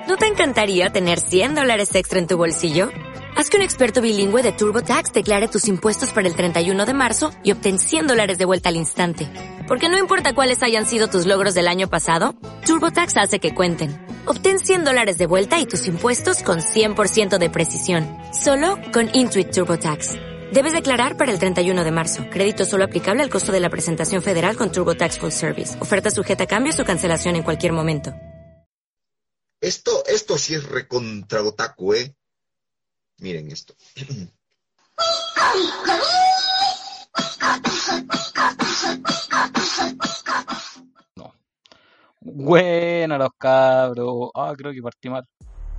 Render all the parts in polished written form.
¿No te encantaría tener $100 extra en tu bolsillo? Haz que un experto bilingüe de TurboTax declare tus impuestos para el 31 de marzo y obtén $100 de vuelta al instante. Porque no importa cuáles hayan sido tus logros del año pasado, TurboTax hace que cuenten. Obtén $100 de vuelta y tus impuestos con 100% de precisión. Solo con Intuit TurboTax. Debes declarar para el 31 de marzo. Crédito solo aplicable al costo de la presentación federal con TurboTax Full Service. Oferta sujeta a cambios o cancelación en cualquier momento. Esto sí es recontra otaku, ¿eh? Miren esto. No. Buena los cabros. Creo que partí mal.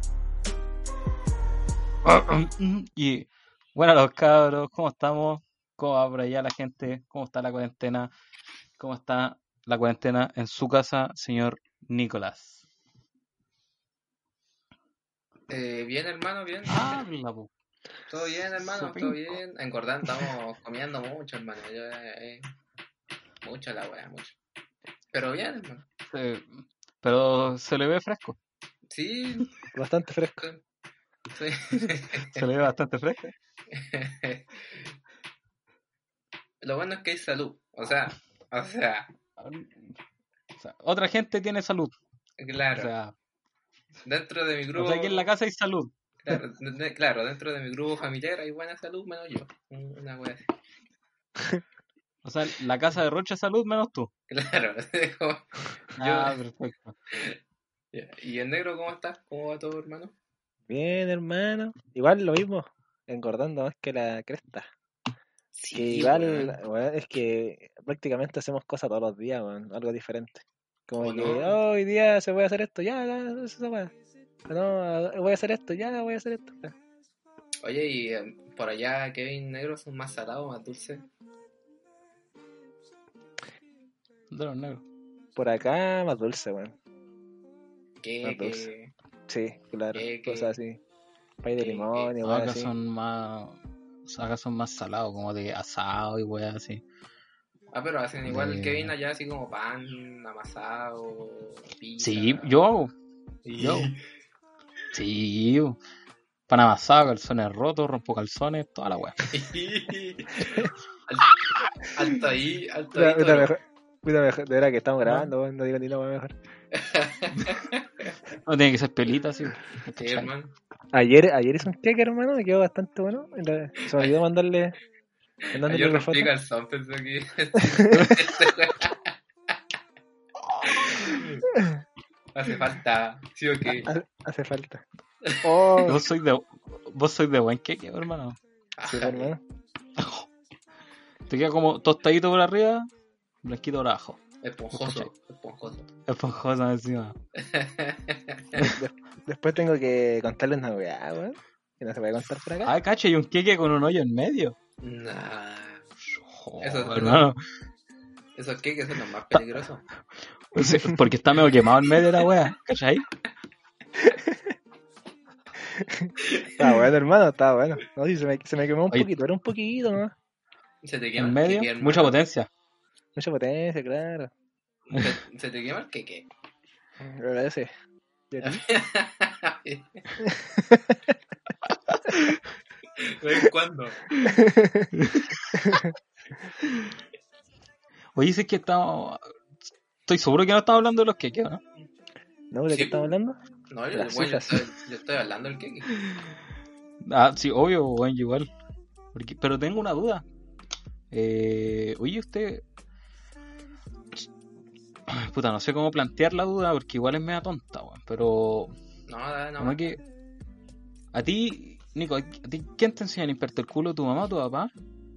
Y buena los cabros. ¿Cómo estamos? ¿Cómo va por allá la gente? ¿Cómo está la cuarentena? ¿Cómo está la cuarentena en su casa, señor Nicolás? Bien, hermano, bien. Habla, po. Todo bien, hermano, todo bien. Engordando, estamos comiendo mucho, hermano. Mucho la wea, mucho. Pero bien, hermano. Pero se le ve fresco. Sí. Bastante fresco. Sí. Se le ve bastante fresco. Lo bueno es que hay salud. O sea, otra gente tiene salud. Claro. O sea, dentro de mi grupo. O sea, aquí en la casa hay salud. Claro, dentro de mi grupo familiar hay buena salud menos yo. Una wea así. O sea, la casa de Rocha es salud menos tú. Claro. Perfecto. ¿Y el negro cómo estás? ¿Cómo va todo, hermano? Bien, hermano. Igual lo mismo, engordando más que la cresta. Sí, que igual, bueno, es que prácticamente hacemos cosas todos los días, bueno, algo diferente. Como que hoy día se puede hacer esto, ya, se puede. No, voy a hacer esto, ya, voy a hacer esto. Ya. Oye, y por allá, Kevin, negro, ¿son más salados, más dulces? De los negros. Por acá, más dulce, weón. Más dulce. Sí, claro, cosas así. Pay de limón y weón así. Acá son más salados, como de asado y weón así. Pero hacen igual Kevin allá, así como pan amasado, pizza. Sí, yo hago. Sí, pan amasado, calzones rotos, rompo calzones, toda la weá. Alto ahí. Mira, de verdad que estamos grabando, no digo ni nada mejor. No tiene que ser pelita, sí. Sí, hermano. Ayer hice un cake, hermano, me quedó bastante bueno. Se me olvidó mandarle Ayer rompí calzón, pensé que... Hace falta, ¿sí o qué? Hace falta. Vos sois de buen queque, hermano. Sí, hermano. Te queda como tostadito por arriba, blanquito por abajo. Esponjoso encima. Después tengo que contarles una weá, weón. Que no se puede contar por acá. Cacho, hay un queque con un hoyo en medio. Nah. Hermano. Esos queques son los más peligrosos. Porque está medio quemado en medio la weá, ¿cachai? Estaba bueno, hermano, estaba bueno. No, sí, se me quemó un poquito, era un poquito, ¿no? ¿Se te quema en medio? Queque, mucha potencia, claro. ¿Se te quema el queque? Lo agradece. ¿De cuándo? Oye, si es que estoy seguro que no estamos hablando de los queques, ¿no? ¿No? ¿De qué estamos hablando? No, yo estoy hablando del queque. Sí, obvio, bueno, igual. Pero tengo una duda. Oye, usted... Puta, no sé cómo plantear la duda porque igual es media tonta, weón. Pero... No. Que... A ti, Nico, ¿a ti quién te enseña a limpiarte el culo? ¿Tu mamá o tu papá?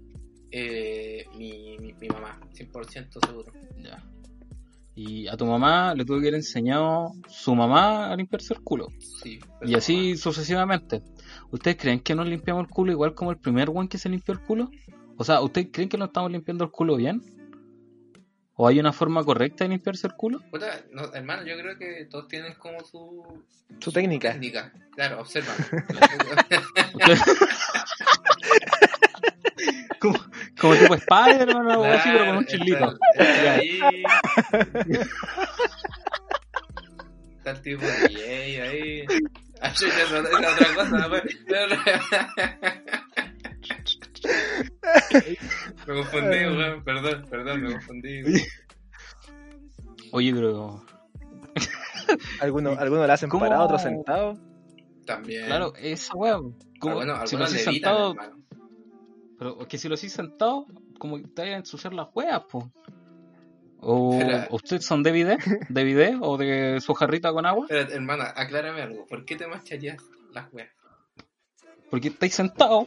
Mi mamá, 100% seguro. Ya. Y a tu mamá le tuvo que haber enseñado su mamá a limpiarse el culo. Sí. Y así sucesivamente. ¿Ustedes creen que nos limpiamos el culo igual como el primer weón que se limpió el culo? O sea, ¿ustedes creen que nos estamos limpiando el culo bien? ¿O hay una forma correcta de limpiarse el culo? Puta, no, hermano, yo creo que todos tienen como su técnica. Claro, observa. como tipo Spider-Man o algo así, pero con un chilito. Está el tipo DJ ahí. Así que es otra cosa, güey. Me confundí, güey. Perdón, me confundí. Oye, pero... Algunos la hacen ¿Cómo? parado, otros sentados. También. Claro, esa weá. Como, Algunos si lo hacís levitan, sentado, hermano. pero es que si lo hacís sentado, como que te vayan a ensuciar las weas, po. O Pero- ustedes son de bidet o de su jarrita con agua, Espérate, hermano, aclárame algo. ¿Por qué te mancharías las weas? porque estáis sentados,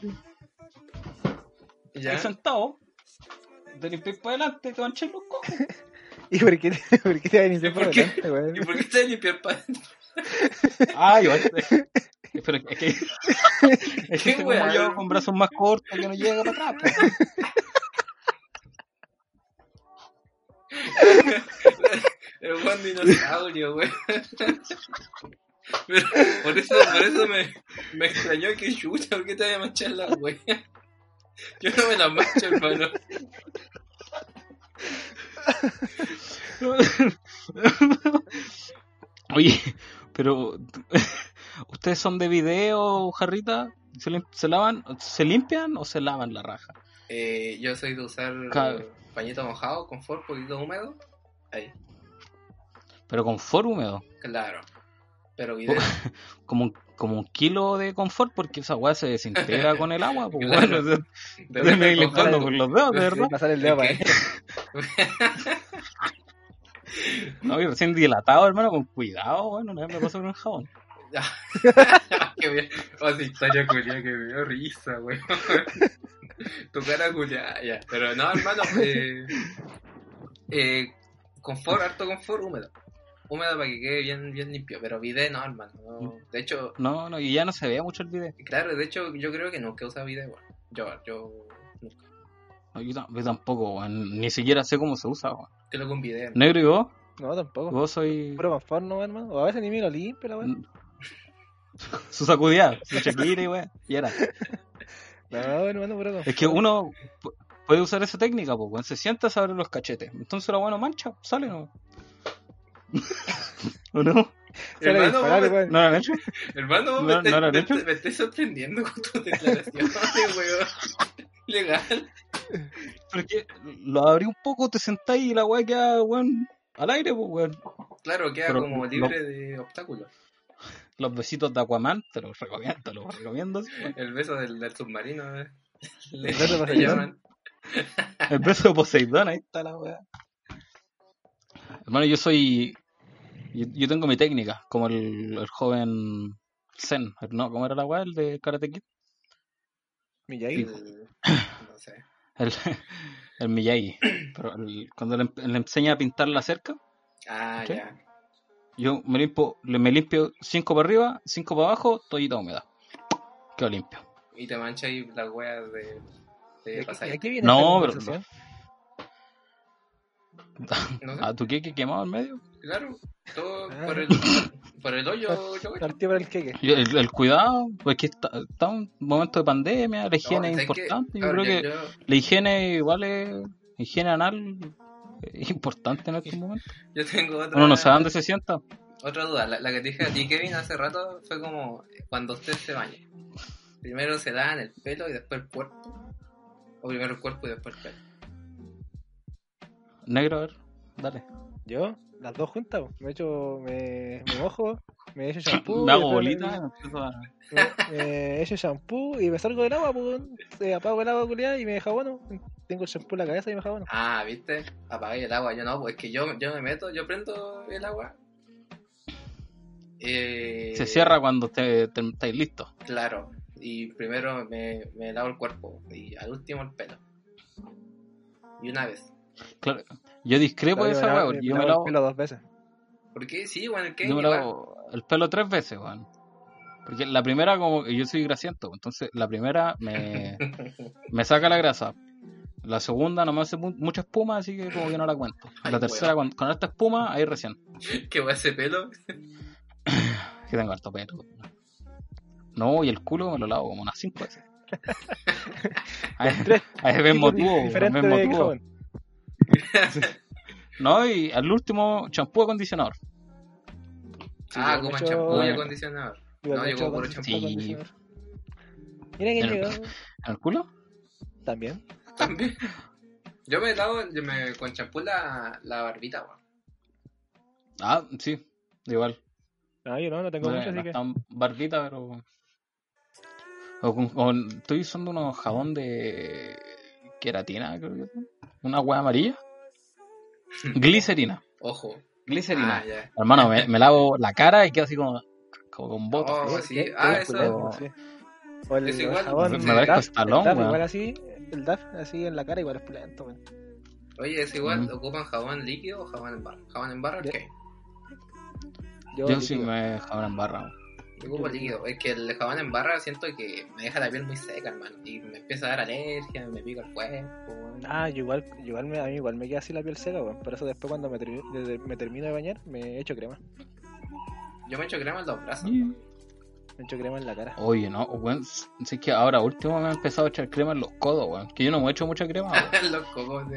¿Ya? te limpiáis para adelante y te mancháis los cojos. ¿Y por qué te vas a iniciar por ¿Por qué? delante, weón? ¿Y por qué te vas a limpiar para adentro? Ah, igual. Pero es que es ¿Qué gente como weá? yo con brazos más cortos que no llega para atrás, po. El buen dinosaurio, güey. Pero por eso me extrañó que chucha, ¿por qué te voy a manchar la wea? Yo no me la mancho, hermano. Oye, pero ¿ustedes son de video, jarrita? ¿Se limpian o se lavan la raja? Yo soy de usar Ca- pañito mojado, confort, poquito húmedo. Ahí, Pero confort húmedo, claro. Pero video. como un kilo de confort, porque esa weá se desintegra con el agua, pues Claro. bueno, De te me repente limpiando cojo- con los dedos, de verdad. Pasar el dedo para Es que- adentro. No, y recién dilatado, hermano, con cuidado, bueno, una vez me pasó con el jabón. Qué bien. Oh, esa historia culia que me dio risa, güey. Tu cara culia, ya. Pero no, hermano, confort, harto confort, húmedo. Húmedo para que quede bien limpio. Pero bidet no, hermano. No. De hecho, No, y ya no se veía mucho el video. claro, de hecho, yo creo que nunca he usado bidet, güey. Yo nunca. No, yo tampoco, weón, ni siquiera sé cómo se usa, weón. Que lo con bidet. Negro, ¿y vos? No, tampoco. Vos soy Puro confort, no, hermano. O a veces ni me lo limpio, la weón. su sacudida, su Shakira y weón, y era. No, hermano, puro confort. Es que uno puede usar esa técnica, pues, weón, se sienta, se abre los cachetes. Entonces la weón mancha, sale, ¿no? ¿O no? Sale Hermano, disparar, vos weón. ¿No lo han hecho? Hermano, vos ¿No lo han hecho? me estás sorprendiendo con tus declaraciones, weón. Legal. Pero es que lo abrí un poco, te sentáis y la weá queda, weón, al aire, pues, weón. Claro, queda Pero como libre de obstáculos. Los besitos de Aquaman, te los recomiendo. Sí. El beso del submarino, le, El beso de le Poseidón. llaman. El beso de Poseidón, ahí está la weá. Hermano, yo tengo mi técnica, como el joven Zen, ¿no? ¿Cómo era la weá? El de Karate Kid. Miyagi. No sé. El Miyagi. Pero cuando le enseña a pintar la cerca, Ah, ¿Sí? ya. yo me limpio 5 para arriba, 5 para abajo, toallita húmeda. Quedo limpio. Y te mancha ahí las weas de ¿Y pasar. aquí viene No, esta pero- conversación? No sé. ¿A tu qué quemado en medio? Claro, todo Ah. por el hoyo, yo Partió por el queque. Y el cuidado, pues que está un momento de pandemia, la higiene es importante. Yo creo que la higiene igual es. Higiene anal es importante en estos momentos. yo tengo otra, Uno no sabe dónde se sienta. otra duda. La que te dije a ti, Kevin, hace rato fue como cuando usted se baña. Primero se da en el pelo y después el cuerpo. O primero el cuerpo y después el pelo. Negro, a ver, dale. Yo, las dos juntas, po. Me mojo, me echo shampoo. Me hago después bolita. empiezo a- me echo shampoo y me salgo del agua, pues. Apago el agua culiada y me jabono. Tengo el shampoo en la cabeza y me jabono. Ah, ¿viste? Apagué el agua. Yo no, pues es que yo me meto, yo prendo el agua. Se cierra cuando estáis listos. Claro. Y primero me lavo el cuerpo y al último el pelo. Y una vez. Claro, yo discrepo de esa weá, porque yo me el lavo, pelo 2 veces. ¿Por qué? Sí, bueno, el que yo me lavo el pelo 3 veces, weón. Porque la primera, como que yo soy grasiento, entonces la primera me saca la grasa. La segunda no me hace mucha espuma, así que como que no la cuento. Ay, La tercera, con esta espuma, ahí recién. ¿Qué va ese pelo? Que tengo harto pelo. No, y el culo me lo lavo como unas 5 veces. Ahí ves Tipos motudo, diferentes ves de motudo. jabón. No, y al último, champú acondicionador. Sí, Ah, yo como me en echo- champú y Bueno. acondicionador. Igual No, me yo echo como puro con- champú. Sí. acondicionador. Mira quién En el- llegó. ¿En el culo? También. También. Yo me con champú la barbita, weón. Ah, sí, igual. No, yo no tengo mucho, No así que. es tan barbita, pero... Estoy usando unos jabón de queratina, creo que. Una hueá amarilla. Glicerina. Ojo. Glicerina. Ah, ya. Hermano, me lavo la cara y quedo así como con botas. Oh, Sí, sí. qué Ah, opulento, eso- sí. O el Es igual, jabón me sí. parezco DAF, Stallone, el DAF weón. igual así, el DAF así en la cara igual es pulento, weón. Oye, es igual, Mm. ¿ocupan jabón líquido o jabón en barra? ¿Jabón en barra? Ya. ¿Qué? Yo sí líquido. me jabón en barra. Yo ocupo líquido. Es que el jabón en barra siento que me deja la piel muy seca, hermano. Y me empieza a dar alergia, me pica el cuerpo. weón. Ah, yo igual a mí igual me queda así la piel seca, weón. Por eso después cuando me termino de bañar, me echo crema. Yo me echo crema en los brazos. Me echo crema en la cara. Oye, no, weón. Si es que ahora último me he empezado a echar crema en los codos, weón. Que yo no me echo mucha crema, weón. Los cocos.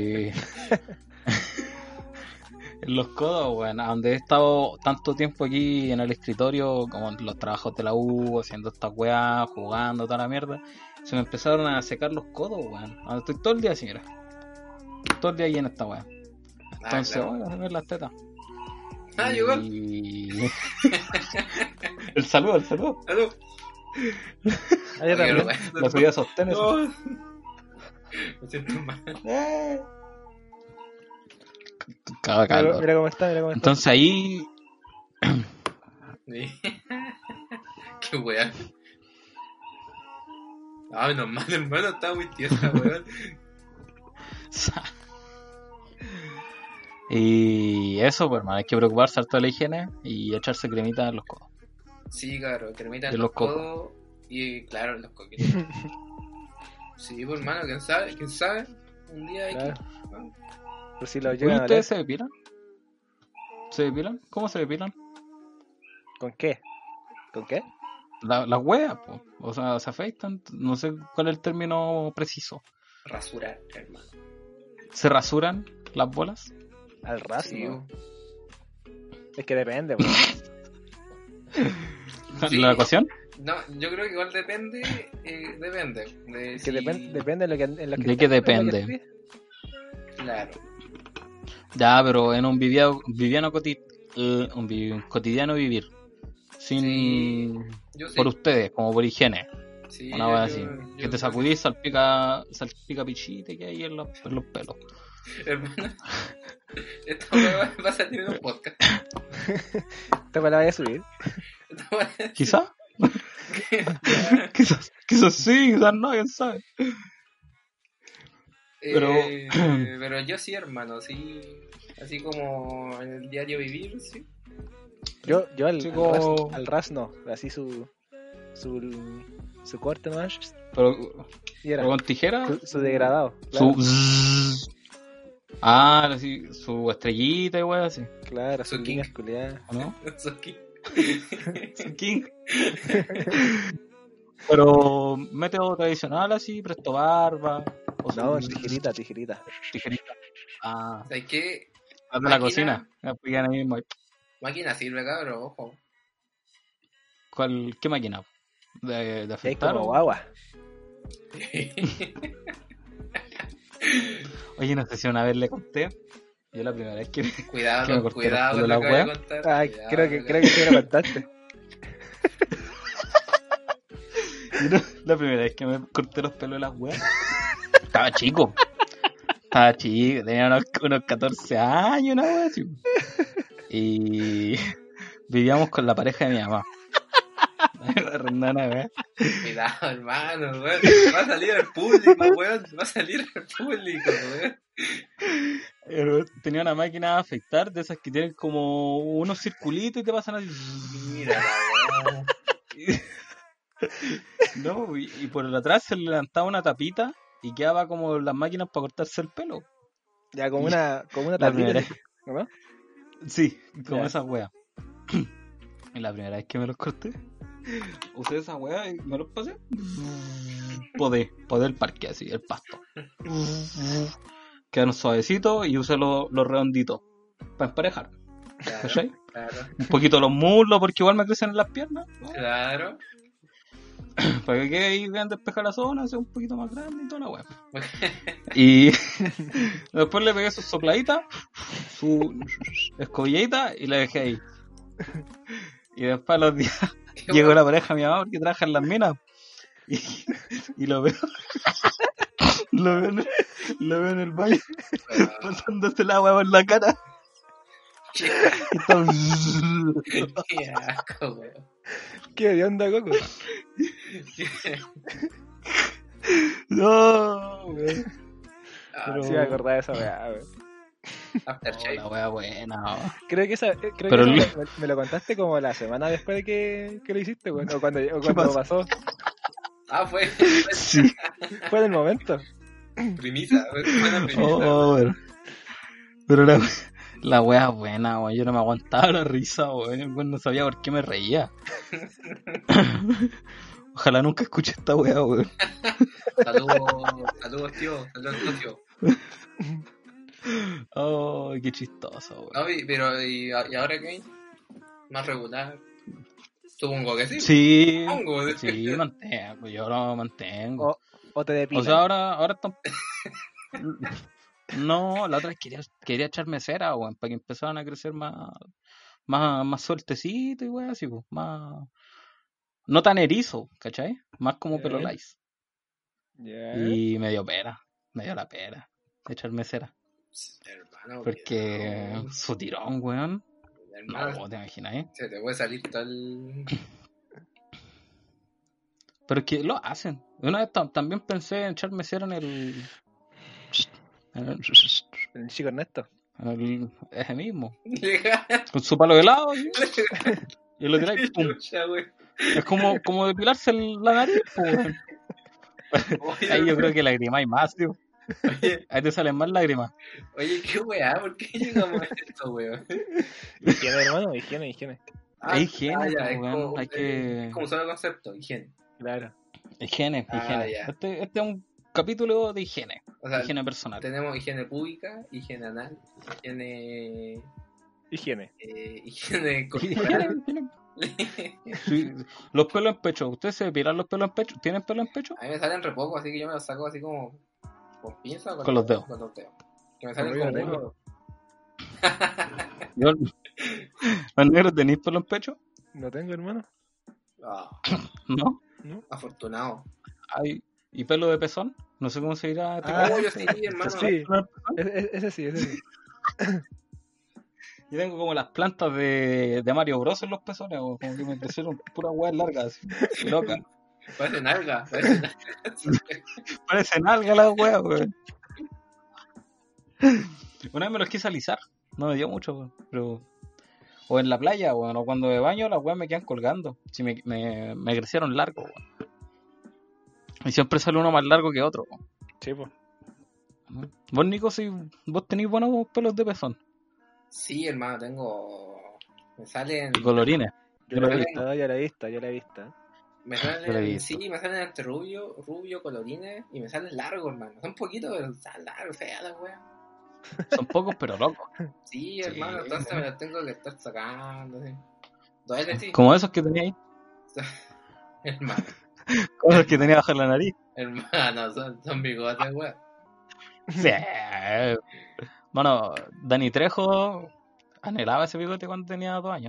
En los codos, weón, a donde he estado tanto tiempo aquí en el escritorio, como en los trabajos de la U, haciendo estas weas, jugando, toda la mierda, se me empezaron a secar los codos, weón. Ahora estoy todo el día así, mira. Todo el día ahí en esta wea. Entonces, claro. voy a ver las tetas. Ah, igual. Y... el saludo. Aló. Ah, yo también. La subida sostén eso. No. Me siento mal. Caga calor. Mira cómo está. Entonces ahí... Sí. Qué weá. Ah, menos mal, hermano, estaba muy tiesa, weón. Y eso, pues, hermano, hay que preocuparse harto de la higiene y echarse cremita en los codos. Sí, claro, cremita De en los los codos y, claro, en los coquitos. Sí, pues, hermano, quién sabe. Un día hay Claro. que... Pues si lo Oye, llegan a leer, ¿ustedes se depilan? ¿Se depilan? ¿Cómo se depilan? ¿con qué? ¿Con qué? Las weas, pues. O sea, se afeitan. No sé cuál es el término preciso. Rasurar, hermano. ¿Se rasuran las bolas? Al ras, Sí, ¿no? Es que depende, weón. Sí. ¿La ecuación? No, yo creo que igual depende. Depende. De Es que si- depende de lo que, en lo que ¿De qué estés, en lo depende? que estés. Claro. Ya, pero en un cotidiano vivir. Sin... Sí. Yo sí. Por ustedes, como por higiene. Sí, Una yo- wea yo- así. yo Que te creo sacudís, salpica pichite que hay en los pelos. Hermano, esta weá va a salir en un podcast. Esta weá la voy a subir. Esta weá- ¿Quizás? Quizás sí, quizás no, quién sabe. Pero yo sí, hermano, sí. Así como en el diario vivir, sí. Yo al Chico- ras no. Así su corte nomás. Pero, Y era pero con tijera. su degradado. Claro, Su zzzz. Ah, así, su estrellita y wey así, claro su sus king. líneas culiadas. ¿o no? Eso aquí. Su king. Pero método tradicional así, presto barba. O No, su- tijerita. tijerita. Ah, ¿Sabes qué? de la Máquina. cocina. Me aplican ahí mismo. Máquina sirve, cabrón, ojo. ¿Qué máquina? ¿De Es afeitar? como o- guagua. Oye, no sé si una vez le conté. Yo la primera vez que Cuidado, ¿Que me corté cuidado los con pelos lo que la voy a wea? contar. Ay, Cuidado, creo que sí me lo contaste. la primera vez que me corté los pelos de las weas. Estaba chico, tenía unos 14 años, una wea así. Y vivíamos con la pareja de mi mamá. Arrendaba una wea. Cuidado, hermano, weón. Va a salir al público, weón. Va a salir al público, weón. Pero tenía una máquina de afeitar de esas que tienen como unos circulitos y te pasan así. Mira la weón. No, y por atrás se le levantaba una tapita y quedaba como las máquinas para cortarse el pelo. Ya como una La tablita, primera vez. ¿no? Sí, como Ya. esas weas. Y la primera vez que me los corté, usé esa wea y me los pasé. Podé el parque así, el pasto. Quedaron suavecitos y usé los redonditos para emparejar. Claro. ¿Cachai? Claro, Un poquito los muslos, porque igual me crecen en las piernas, ¿no? claro. Para que quede ahí bien despejada la zona, sea un poquito más grande y toda la weá. Y después le pegué su sopladita, su escobilladita y la dejé ahí. Y después a los días Qué llegó bueno. la pareja de mi mamá porque trabaja en las minas. Y lo veo. Lo veo en el baño pasándose la hueá en la cara. Qué, Y está... qué asco, weón. ¿Qué de onda, Coco? No, weón. Ah, Sí me acordaba de esa weá, weón. Aftershave. La hueá buena. ¿No? Creo que Pero me lo contaste como la semana después de que lo hiciste, weón. O cuando pasó? pasó. Ah, fue Sí. Fue en el momento. primicia. Fue una primicia. Oh, pero la wea buena, weón. Yo no me aguantaba la risa, weón. No sabía por qué me reía. Ojalá nunca escuche esta wea, weón. Saludos, tío. Saludos, tío. Oh, qué chistoso, weón. No, pero, ¿y ahora qué? Más regular. Supongo que sí. Sí, Supongo. sí, mantengo. Yo lo mantengo. O te depilan. O sea, ahora está... No, la otra vez quería echarme cera, weón, para que empezaran a crecer más sueltecito y weón, así, pues, más... No tan erizo, ¿cachai? Más como pelo Ya. lice. Ya. Y me dio la pena echarme cera. Hermano, Porque cuidado, su tirón, weón. hermano, No, te imaginas, ¿eh? se te puede salir todo el... Pero es que lo hacen. Una vez también pensé en echarme cera en el El chico Ernesto. ese mismo. Legal. Con su palo de helado, ¿sí? Y lo tiráis, pum. Chucha, güey. Es como depilarse la nariz, pues, weón. Ahí yo creo que lagrimáis más, tío. Oye, Ahí te salen más lágrimas. oye, qué weá, ¿por qué llegamos a esto, weón? Higiene, hermano, higiene. Es higiene, ya, pues, es weón. como, Hay que... es como solo concepto, higiene. Claro. Higiene. Ya. Este es un capítulo de higiene. O sea, Higiene personal. tenemos higiene pública, higiene anal, higiene... Higiene. higiene corporal. Sí, los pelos en pecho. ¿Ustedes se depilan los pelos en pecho? ¿Tienen pelo en pecho? A mí me salen re poco, así que yo me los saco así como con pinza o Con los dedos. Con los dedos. Que me salen Yo no como tengo. húmedos. Yo... ¿Los negros tenéis pelo en pecho? No tengo, hermano. Ah, ¿No? afortunado. ¿Hay... ¿Y pelo de pezón? No sé cómo se dirá. Ah, Oh, yo sí, hermano. Sí. Ese sí. Yo tengo como las plantas de Mario Bros en los pezones, o como que me crecieron puras weas largas, así, loca. Parecen algas, parecen algas. Parecen algas las weas, weón. Una vez me los quise alisar, no me dio mucho, weón, pero... O en la playa, weón, o cuando me baño las weas me quedan colgando. Si me crecieron largo, weón. Y siempre sale uno más largo que otro, weón. Sí, pues. Vos, Nico, si vos tenéis buenos pelos de pezón Sí, hermano, tengo... Me salen... y colorines. Yo lo he visto. Me Yo lo he salen, visto. sí, me salen entre rubio, colorines, y me salen largos, hermano. Son poquitos, pero están largos, feas las weas. Son pocos, pero locos. Sí, hermano, entonces me los tengo que estar sacando, así. Duele, sí. Como esos que tenía ahí. Hermano, Como esos que tenía bajo la nariz. hermano, son bigotes, weón. Sí. Bueno, Dani Trejo anhelaba ese bigote cuando tenía 2 años.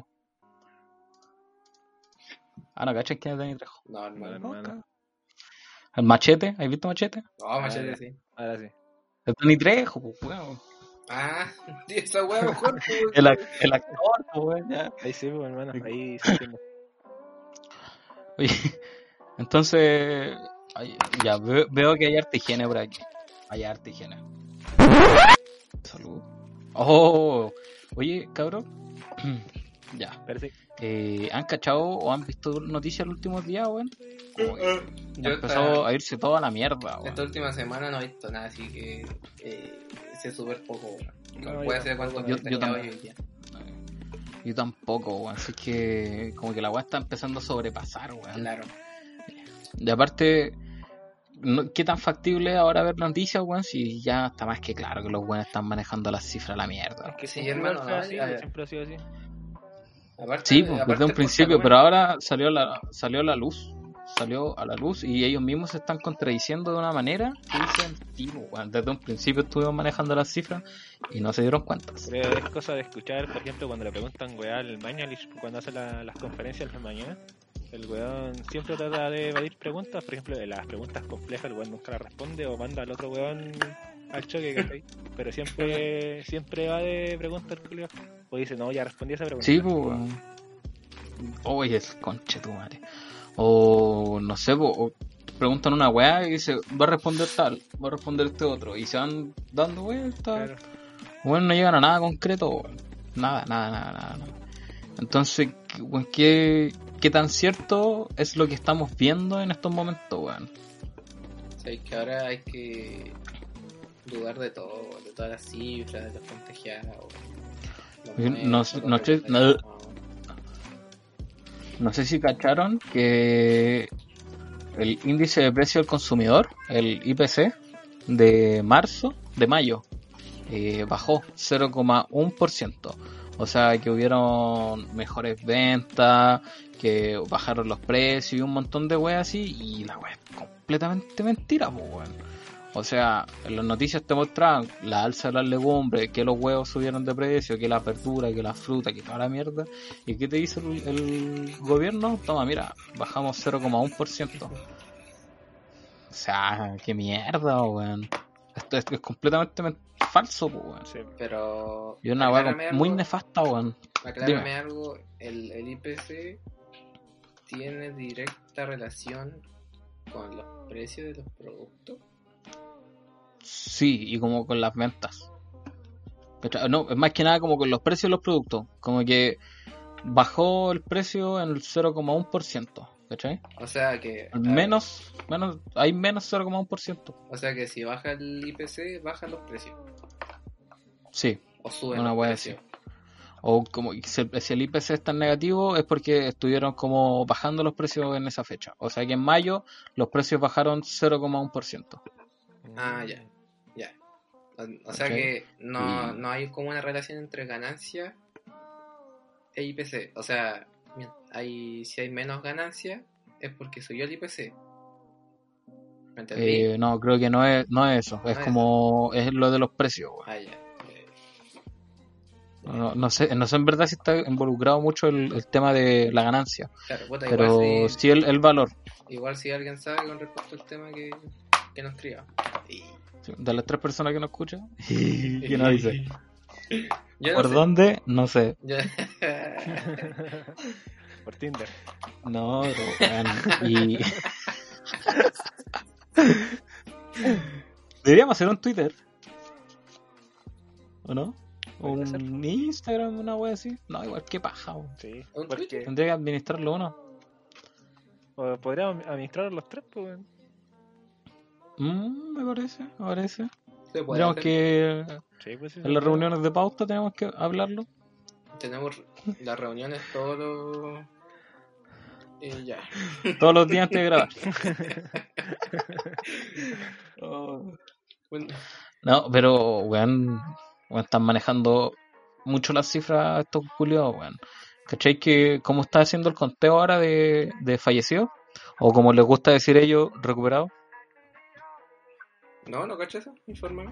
Ah, no, ¿cachai quién es Dani Trejo? No, hermano. No, hermano. El Machete, ¿has visto Machete? No, machete, sí. Ahora sí. El Dani Trejo, pues, weón. Ah, esa wea mejor, pues. El actor, pues, weón, ya. Ahí sí, pues, hermano. Ahí se entiende. Oye, entonces, ya veo que hay harta higiene por aquí. Hay harta higiene. Salud. Oh, oye, cabrón. Ya. Pero sí. ¿Han cachado o han visto noticias los últimos días, weón? Como que Yo empezó a irse todo a la mierda, weón. esta última semana no he visto nada, así que sé súper poco, weón. No, No yo puede ser cuánto yo me tenía también. hoy día. Yo tampoco, weón. Así que como que la weá está empezando a sobrepasar, weón. Claro. Y aparte, ¿qué tan factible es ahora ver noticias, weón? Si ya está más que claro que los weones están manejando las cifras a la mierda. Que Sí, siempre hermano, fue no, así, a ver. siempre ha sido así. Aparte, Sí, pues, aparte desde un el principio, portalumen- pero ahora salió a la luz y ellos mismos se están contradiciendo de una manera que dicen, tipo, bueno, desde un principio estuvimos manejando las cifras y no se dieron cuenta. Pero es cosa de escuchar, por ejemplo, cuando le preguntan weá al Mañalich cuando hace las conferencias en la mañana. El weón siempre trata de evadir preguntas, por ejemplo, de las preguntas complejas, el weón nunca las responde o manda al otro weón al choque, ¿cachai? Pero siempre va de preguntas, culiao. O dice, no, ya respondí esa pregunta. Sí, pues, oye, el conche tu madre. O no sé, pues, o preguntan una weá y dice, va a responder tal, va a responder este otro, y se van dando vueltas. Claro. Bueno, no llegan a nada concreto, weón. Nada. Entonces, weón, ¿qué tan cierto es lo que estamos viendo en estos momentos, weón? Sabéis que ahora hay que dudar de todo, de todas las cifras, de los contagiados. No sé si cacharon que el índice de precio del consumidor, el IPC, de mayo, bajó 0,1%. O sea que hubieron mejores ventas, que bajaron los precios y un montón de weas así, y la wea es completamente mentira, pues weón. O sea, en las noticias te mostraban la alza de las legumbres, que los huevos subieron de precio, que las verduras, que las frutas, que toda la mierda. ¿Y qué te dice el gobierno? Toma, mira, bajamos 0,1%. O sea, qué mierda, weón. Esto es completamente falso, pues, weón. Sí. Pero. Y una weá aclárame muy algo, nefasta, weón. aclárame Dime. algo, el IPC tiene directa relación con los precios de los productos. Sí, y como con las ventas. No, es más que nada como con los precios de los productos. Como que bajó el precio en el 0,1%, ¿cachai? O sea que. Hay menos 0,1%. O sea que si baja el IPC, bajan los precios. Sí, O suben una los wea precios. así. O como si el IPC es tan negativo es porque estuvieron como bajando los precios en esa fecha. O sea que en mayo los precios bajaron 0,1%. Ah, ya. O sea Ok. que no hay como una relación entre ganancia e IPC. O sea, si hay menos ganancia es porque subió el IPC. ¿Me entendí? No, creo que no es eso. Es No es como es lo de los precios, weón. Ah, ya. No sé en verdad si está involucrado mucho el tema de la ganancia, Claro, puta, pero igual sí el valor. igual si alguien sabe con respecto al tema que nos escriba. De las 3 personas que nos escuchan, ¿quién nos dice? Yo no ¿Por sé. dónde? No sé. Yo- Por Tinder. No, pero, weón, y deberíamos hacer un Twitter, ¿o no? O Podría ser. un Instagram, una wea así. No, igual que paja, weón. Sí. ¿Un Porque Tendría que administrarlo uno. o podríamos administrar los tres, pues. weón. Me parece. se puede Tendríamos hacer. que Sí, pues sí. en las reuniones de pauta tenemos que hablarlo. Tenemos las reuniones todos los... ya. Todos los días antes de grabar. Bueno, No, pero, weón, están manejando mucho las cifras estos culiados, weón. ¿Cachai? Que cómo está haciendo el conteo ahora de fallecidos, o como les gusta decir ellos, recuperados. no caché eso, infórmame.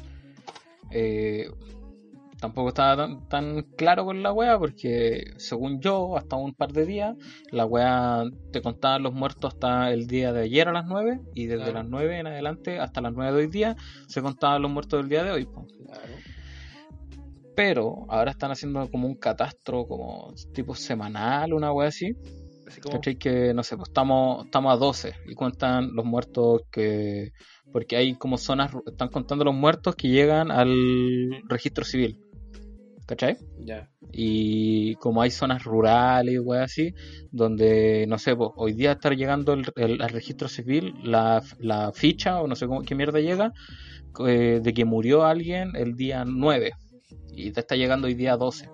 Tampoco estaba tan claro con la wea, porque según yo, hasta un par de días, la wea te contaban los muertos hasta el día de ayer a las 9, y desde Claro. las 9 en adelante hasta las 9 de hoy día se contaban los muertos del día de hoy, po. Claro. Pero ahora están haciendo como un catastro como tipo semanal, una wea así. Así como. ¿Cachai? Que no sé, pues estamos a 12 y cuentan los muertos que... Porque hay como zonas, están contando los muertos que llegan al registro civil. ¿Cachai? Ya. Y como hay zonas rurales y weas así, donde, no sé, pues, hoy día está llegando al registro civil la ficha, o no sé qué mierda llega, de que murió alguien el día 9 y te está llegando hoy día 12.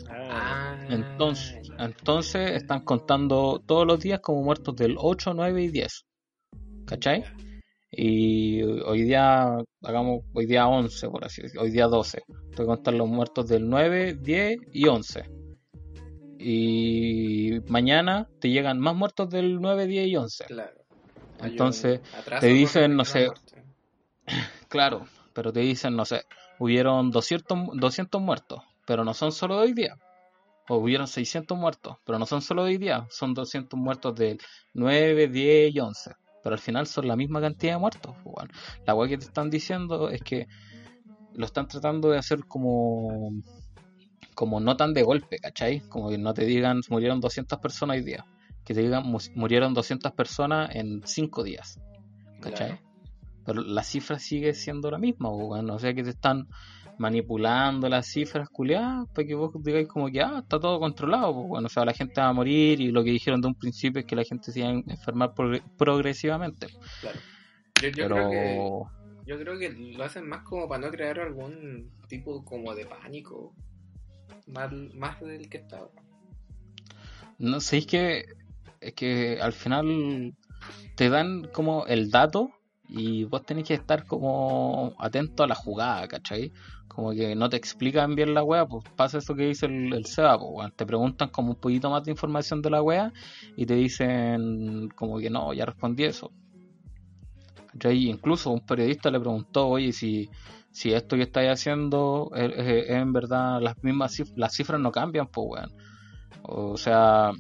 Entonces están contando todos los días como muertos del 8, 9 y 10. ¿Cachai? Y hoy día 11, por así decirlo, hoy día 12. Te contar los muertos del 9, 10 y 11. y mañana te llegan más muertos del 9, 10 y 11. Claro. Hay Entonces un atraso te con dicen, no la sé, muerte. claro, pero te dicen, no sé, hubieron 200 muertos, pero no son solo de hoy día. O hubieron 600 muertos, pero no son solo de hoy día, son 200 muertos del 9, 10 y 11. Pero al final son la misma cantidad de muertos. Pues, bueno, la weá que te están diciendo es que lo están tratando de hacer como no tan de golpe, ¿cachai? Como que no te digan murieron 200 personas hoy día, que te digan murieron 200 personas en 5 días, ¿cachai? Claro. Pero la cifra sigue siendo la misma, pues, bueno, o sea que te están manipulando las cifras culiadas para que vos digáis como que está todo controlado, pues, bueno, o sea, la gente va a morir y lo que dijeron de un principio es que la gente se iba a enfermar progresivamente. Claro. Pero Yo creo que lo hacen más como para no crear algún tipo como de pánico más del que está ahora. no sé, es que al final te dan como el dato y vos tenés que estar como atento a la jugada, ¿cachai? Como que no te explican bien la wea, pues pasa eso que dice el Seba, pues bueno, te preguntan como un poquito más de información de la wea y te dicen como que no, ya respondí eso. ¿Cachai? Incluso un periodista le preguntó, oye, si esto que estáis haciendo es en verdad las mismas las cifras no cambian, pues weón. O sea,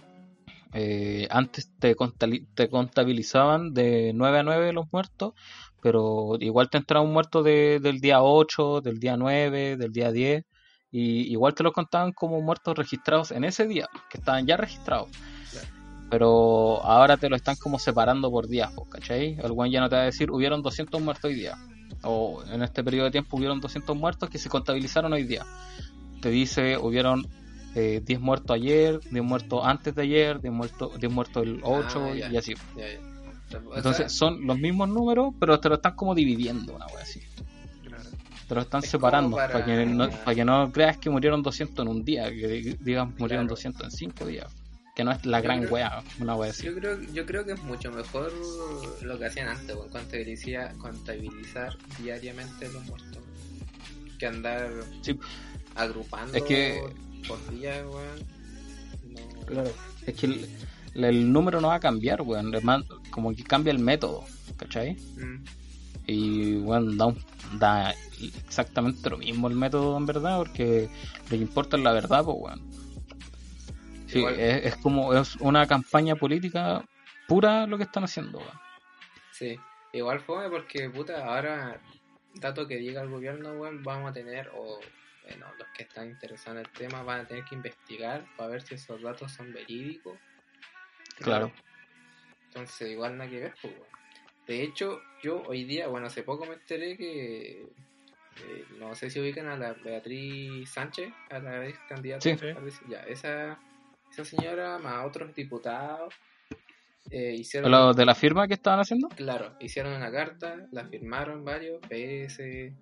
antes te contabilizaban de 9 a 9 los muertos, pero igual te entraba un muerto del día 8, del día 9, del día 10, y igual te lo contaban como muertos registrados en ese día, que estaban ya registrados. Claro. Pero ahora te lo están como separando por días, ¿cachai? El weón ya no te va a decir, hubieron 200 muertos hoy día, o en este periodo de tiempo hubieron 200 muertos que se contabilizaron hoy día. Te dice, hubieron 10 muertos ayer, 10 muertos antes de ayer, 10 muertos el 8 ya. y así. Ya. O Entonces sea, son los mismos números, pero te lo están como dividiendo, una wea así. Claro. Te lo están Es separando como para que no creas que murieron 200 en un día, que digan murieron 200 en 5 días. Que no es la gran wea, una wea así. yo creo que es mucho mejor lo que hacían antes, weón, contabilizar diariamente los muertos, que andar Sí, agrupando es que por día, weón. No. claro, es que el número no va a cambiar, weón. Como que cambia el método, ¿cachai? Y bueno, da exactamente lo mismo el método en verdad, porque lo que importa es la verdad, pues weón. Sí, Igual, es como es una campaña política pura lo que están haciendo, weón. sí, igual fue porque, puta, ahora, dato que diga el gobierno, weón, vamos a tener, o bueno, los que están interesados en el tema van a tener que investigar para ver si esos datos son verídicos. Claro. Entonces, igual nada que ver, pues, weón. De hecho, yo hoy día, bueno, hace poco me enteré que no sé si ubican a la Beatriz Sánchez, a la ex candidata. Sí. Ya, esa señora más otros diputados hicieron, Lo de la firma que estaban haciendo. claro, hicieron una carta, la firmaron varios, PS,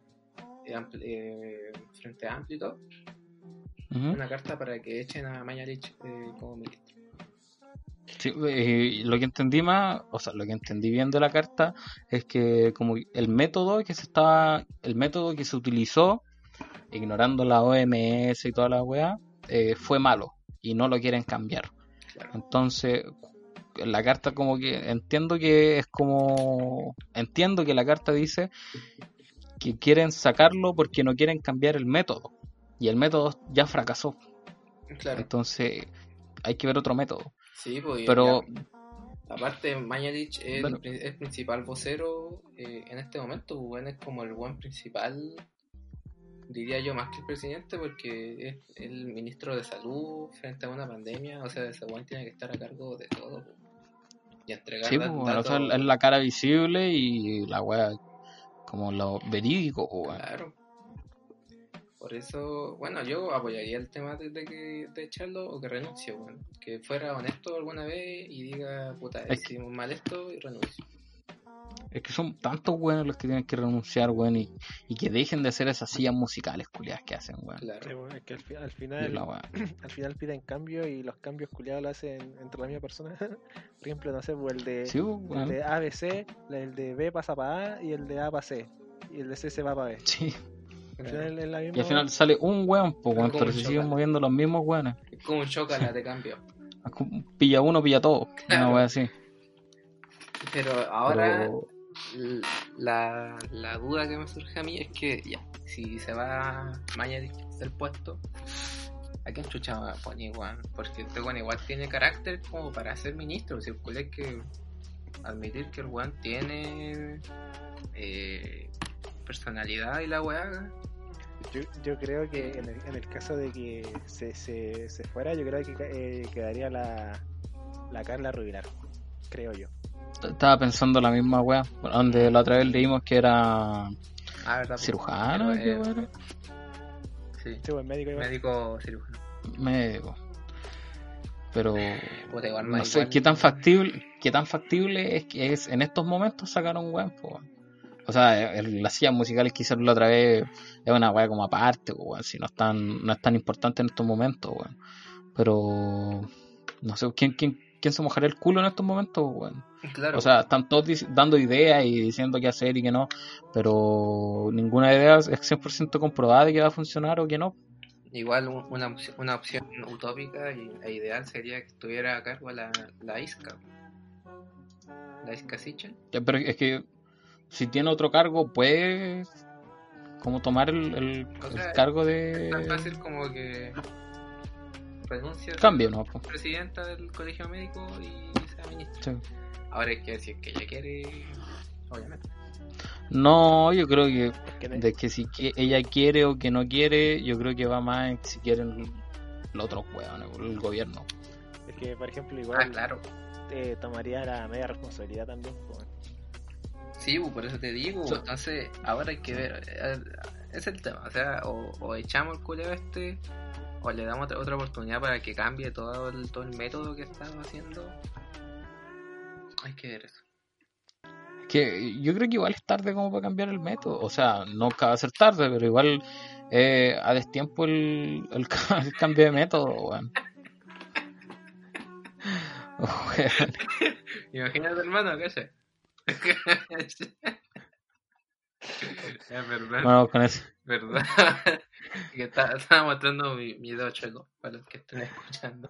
Frente Amplio y todo, Ujú. una carta para que echen a Mañalich como ministro. Sí, lo que entendí lo que entendí bien de la carta es que como el método que se utilizó, ignorando la OMS y toda la weá, fue malo y no lo quieren cambiar. Claro. Entonces, la carta como que entiendo que la carta dice que quieren sacarlo porque no quieren cambiar el método y el método ya fracasó. Claro. Entonces, hay que ver otro método. Sí, pues, Pero aparte, Mañalich es bueno, el principal vocero en este momento, pues, bueno, es como el buen principal, diría yo, más que el presidente, porque es el ministro de salud frente a una pandemia, o sea, ese buen tiene que estar a cargo de todo, pues, y entregar sí, pues, bueno, o sea, datos. es la cara visible y la wea como lo verídico, pues, bueno. Claro. Por eso, bueno, yo apoyaría el tema de echarlo o que renuncie, bueno. Que fuera honesto alguna vez y diga, puta, hicimos mal esto y renuncio. Es que son tantos weones los que tienen que renunciar, weón, y que dejen de hacer esas sillas musicales culiadas que hacen, weón. Claro. Sí, bueno, es que al Y final la wea. al final piden cambio y los cambios culiados lo hacen entre la misma persona. Por ejemplo, no sé, pues el de, Sí, el weón. de ABC, el de B pasa para A y el de A para C. Y el de C se va para B. Sí. Al final es la misma. Y al final sale un weón, pues, weón, Como pero un se siguen chocolate. moviendo los mismos weones. Es como un chocolate de cambio. Pilla uno, pilla todo. Claro. Una wea así. Pero ahora Pero la duda que me surge a mí es que ya, si se va Mañalich del puesto, ¿a quién chucha va a poner, weón? Porque este weón igual tiene carácter como para ser ministro. Si hay que admitir que el weón tiene personalidad y la weá. Yo creo que en el caso de que se fuera, yo creo que quedaría la Carla Rubilar, creo yo. estaba pensando la misma wea. Donde la otra vez leímos que era Verdad, cirujano, pero, ¿qué wea era? sí, Sí, buen médico igual. médico cirujano. Médico. Pero Puta, igual, no sé qué tan factible es que es en estos momentos sacar un weón, po, weón. O sea, las sillas musicales que hicieron la otra vez es una weá como aparte, po, weón. Si no es tan importante en estos momentos, weón. Pero no sé, ¿quién se mojaría el culo en estos momentos, weón? Claro. O sea, están todos dando ideas y diciendo qué hacer y qué no, pero ninguna idea es 100% comprobada de que va a funcionar o que no. Igual una opción utópica e ideal sería que estuviera a cargo la Isca. La Isca Sichel. Pero es que si tiene otro cargo, puede como tomar el O sea, cargo Es tan de fácil como que renuncia a ser cambio, ¿no? Po. presidenta del colegio médico y sea ministra. Sí. Ahora es que si es que ella quiere, obviamente. No, yo creo que Que de que si ella quiere o que no quiere, yo creo que va más en si quieren los otros hueones, el gobierno. Es que, por ejemplo, igual Claro. tomaría la media responsabilidad también. Pues. Sí, por eso te digo. Sí. Entonces, ahora hay que ver. Es el tema. O sea, o echamos el culeo o le damos otra oportunidad para que cambie todo el método que estamos haciendo. Hay que ver eso. Que yo creo que igual es tarde como para cambiar el método. O sea, no va a ser tarde, pero igual a destiempo el cambio de método, weón. Weón. Imagínate, hermano, ¿qué sé? Es verdad, Bueno, con eso. verdad. Que estaba mostrando mi dedo chueco para los que estén escuchando.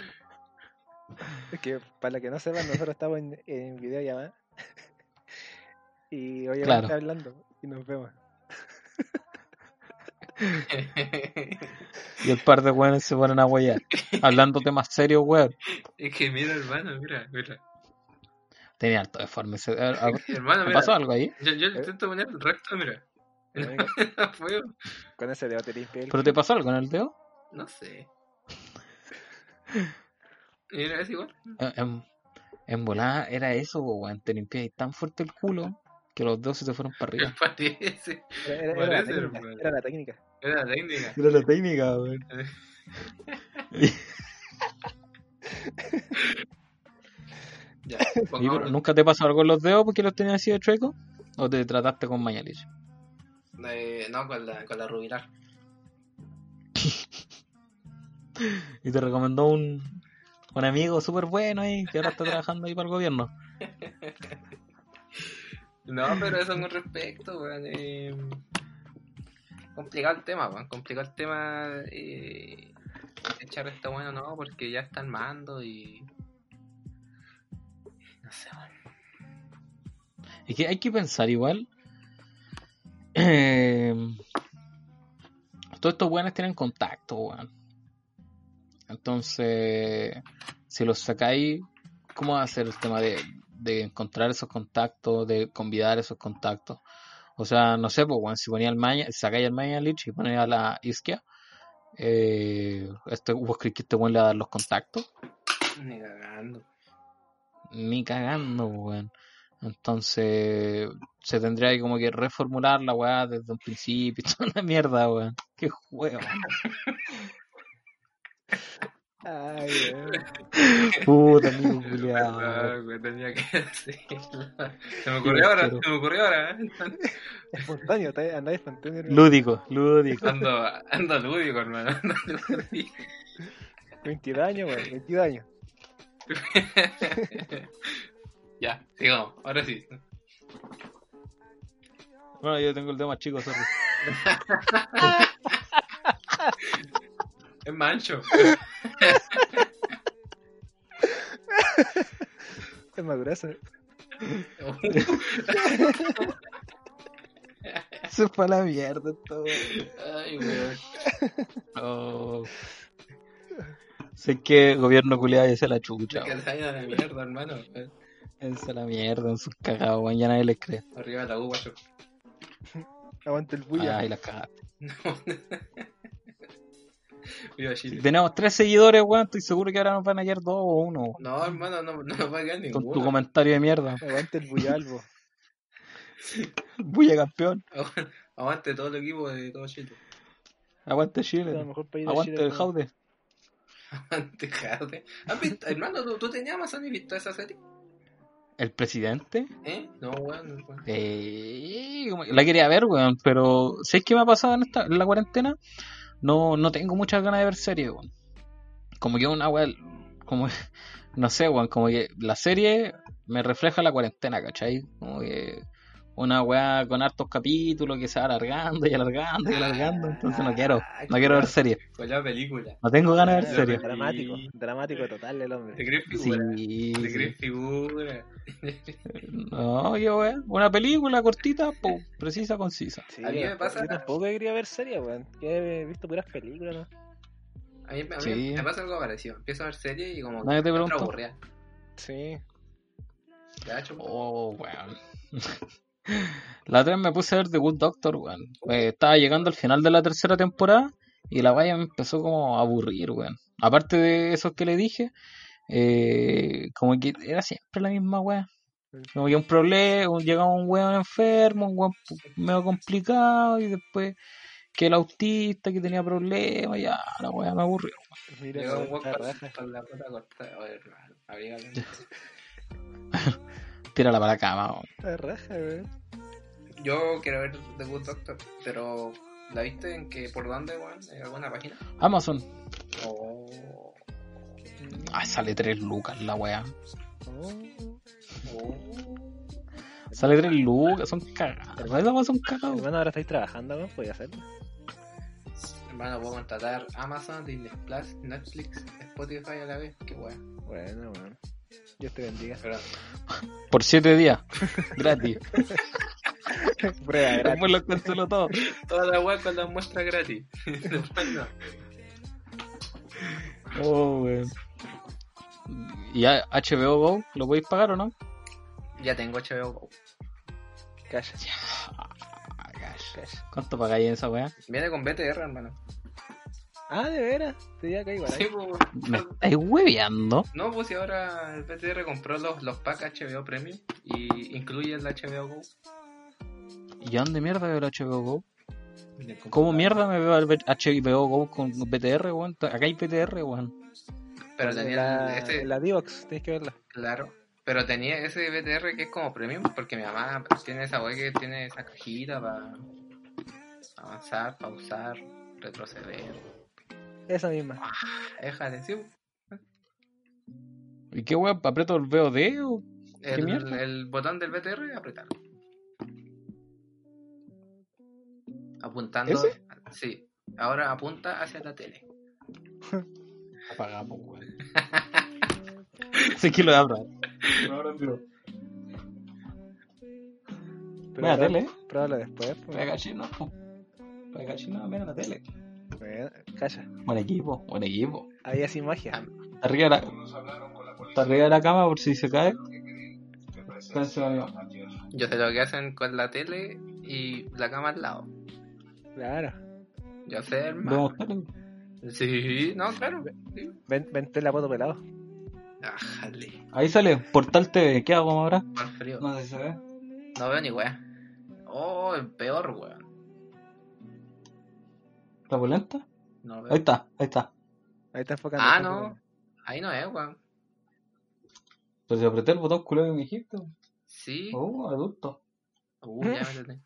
Es que, para los que no sepan, nosotros estamos en videollamada. Y obviamente Claro. hablando. Y nos vemos. Y el par de weones se ponen a huellar. Hablando temas serios, weón. Es que mira, hermano, mira. Tenía alto deforme. Hermano, ¿Me mira. pasó algo ahí? Yo le intento poner el recto, mira. Amigo, No puedo. con ese dedo te limpia el ¿Pero te pasó algo en el dedo? No sé. Mira, es igual. En volada era eso, weón. Te limpias tan fuerte el culo que los dedos se te fueron para arriba. Parece. Era la Parece, técnica. hermano. Era la técnica. Era la técnica. Era la técnica, weón. Ya, ¿Y pongamos, nunca te pasó algo en los dedos porque los tenías así de chueco? ¿O te trataste con Mañalich? no, con la rubilar. Y te recomendó un amigo súper bueno ahí que ahora está trabajando ahí para el gobierno. No, pero eso con respecto, weón. Complicado el tema, weón. Complicado el tema. Echar esta bueno, no, porque ya está en mando y. No sé, weón. Es que hay que pensar igual. Todos estos weones tienen contacto, weón. Entonces, si los sacáis, ¿cómo va a ser el tema de encontrar esos contactos, de convidar esos contactos? O sea, no sé, pues, weón, si ponía sacáis al Mañalich y ponéis a la Isquia, ¿vos crees que este weón le va a dar los contactos? Ni cagando. Ni cagando, weón. Entonces se tendría que como que reformular la weá desde un principio y toda la mierda, weón. Qué juego. Ay, weón. Puta, amigo Es culiao. verdad, weón, tenía que decirlo. Se me Qué ocurrió ahora, asqueroso. se me ocurrió ahora. Espontáneo, andáis espontáneo. hermano. Lúdico. Ando lúdico, hermano. Ando lúdico. 22 años, weón. 22 años. Ya, sigamos, ahora sí. Bueno, yo tengo el dedo más chico, sorry. Es mancho. Es más grueso. Se fue a la mierda todo. Ay, weón. Oh. Sé que el gobierno culiado ya se la chucha. Que se vaya a la mierda, hermano. Esa la mierda, en sus cagados, weón, ya nadie les cree. Arriba la U, guacho. Aguanta el bulla. Ay, la cagaste. Viva Si Chile. tenemos 3 seguidores, weón, estoy seguro que ahora nos van a hallar 2 o 1. No, hermano, no nos va a quedar Con tu ninguno. comentario de mierda. Aguanta el buyalbo. Bulla campeón. Aguante todo el equipo de todo Chile. Aguante Es el Chile. mejor país de Aguante Chile. el Jaude. Aguante Jade. ¿Has visto, hermano, tú tenías Amazon y visto esa serie? ¿El presidente? No, weón. La quería ver, weón, pero ¿sabes qué me ha pasado en la cuarentena? No tengo muchas ganas de ver series, weón. Como que una weón, como no sé, weón, como que la serie me refleja la cuarentena, ¿cachai? Como que una weá con hartos capítulos que se va alargando y alargando y alargando, entonces no quiero ver series. Fue la película. No tengo ganas de ver Ah, series. Dramático. Dramático total el ¿Te hombre. crees figura? Sí, ¿Te sí. crees figura? No, yo weón, una película cortita, precisa, concisa. Sí, A mí me pasa- Yo tampoco quería ver series, weón. Que he visto puras películas, ¿no? A mí Sí. me pasa algo parecido. Empiezo a ver series y como Nadie te me encuentro preguntó. aburrida. Sí. Ya, chupa. Oh, weón. La otra vez me puse a ver The Good Doctor, weón. Estaba llegando al final de la tercera temporada y la valla me empezó como a aburrir, weón. Aparte de eso que le dije, como que era siempre la misma weá. Como que un problema, llegaba un weón enfermo, un weón medio complicado y después que el autista que tenía problemas, ya la weá me aburrió. Mira, Llegó un weón, weón está raja. con la puta cortada. Oye, hermano, abrígale. Tírala para la cama, weón. Está raja, weón. Yo quiero ver The Good Doctor, pero ¿la viste en que por dónde, weón? ¿En alguna página? Amazon. Oh. Ay, sale 3 lucas la weá. Oh. Oh. Sale 3 lucas, son cagadas. Esas weas son cagadas. Hermano, ahora estáis trabajando, weón. Podía hacerlo. Hermano, puedo contratar Amazon, Disney Plus, Netflix, Spotify a la vez. Qué weón. Bueno, weón. Dios te bendiga. Pero Por 7 días. Gratis. Prueba gratis. Después lo cancelo todo. toda la weón con las muestras gratis. Después no. Oh, weón. ¿Y HBO Go lo podéis pagar o no? Ya tengo HBO Go. Calla. Ah, gosh. Calla. ¿Cuánto pagáis en esa weá? Viene con BTR, hermano. Ah, de veras. Te diga que igual. Sí, pues. ¿Me estáis hueveando? No, pues si ahora el BTR compró los packs HBO Premium y incluye el HBO Go. ¿Y a dónde mierda veo el HBO Go? ¿Cómo mierda me veo el HBO Go con BTR, weón? Acá hay BTR, weón. Pero tenía ese, La Divox, tienes que verla. claro. Pero tenía ese BTR que es como premium porque mi mamá tiene esa web que tiene esa cajita para avanzar, pausar, retroceder. Esa misma. Déjale, sí. ¿Y qué weón? ¿Aprieto el VOD o qué mierda? El botón del BTR, apretarlo. Apuntando. ¿Ese? Sí. Ahora apunta hacia la tele. Apagamos, weón. Sí que lo abro. Mira la tele. Pruébala después. Pues. Pega chino. Pega chino, mira la tele. Bueno, calla. Buen equipo, buen equipo. Ahí así magia. Está arriba de la cama por si se cae. Espérense, amigo. Yo sé lo que hacen con la tele y la cama al lado. Claro. Yo sé, hermano. ¿Vemos tele? Sí, no, claro. Sí. Vente la poto pelado. Ájale, Ahí sale, Portal TV. ¿Qué hago ahora? mal frío. No sé si se ve. No veo ni weá. Oh, el peor, weón. ¿Está por lenta? No veo. Ahí está, ahí está. Ahí está enfocando. Ah, está no. enfocando. Ahí no es, weón. Pero si apreté el botón culero que me dijiste. Sí. Oh, adulto. Ya métete.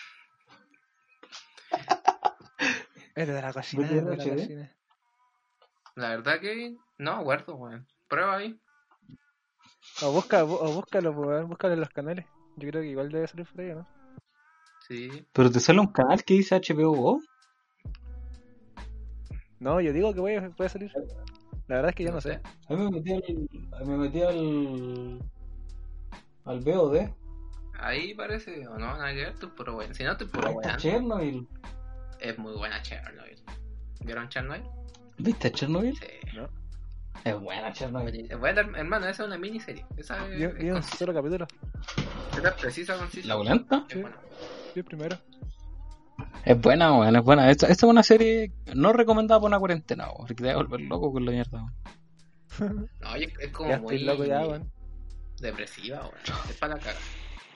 Es de la cocina, ¿Ves es de la HD? cocina. La verdad que no me acuerdo, weón. Prueba ahí. O búscalo, pues, weón, búscalo en los canales. Yo creo que igual debe salir por ahí, ¿no? Sí. Pero te sale un canal que dice HBO Go. No, yo digo que puede salir. La verdad es que yo no sé. A mí me metí al VOD. Ahí parece, o no, nada que ver, tú puro bueno. Si no, tú puro Ahí está bueno. Chernobyl. Es muy buena Chernobyl. ¿Vieron Chernobyl? ¿Viste Chernobyl? Sí. ¿No? Es buena Chernobyl. Es buena, hermano, esa es una miniserie. Esa Vi un concisa. solo capítulo. Esa es precisa, concisa. ¿La volanta? Es Sí. buena. Vi el primero. Es buena, weón, es buena. Esta es una serie no recomendada por una cuarentena, weón, porque te vas a volver loco con la mierda, weón. No, es como Ya muy estoy loco ya, weón. depresiva, weón. Es para la cara.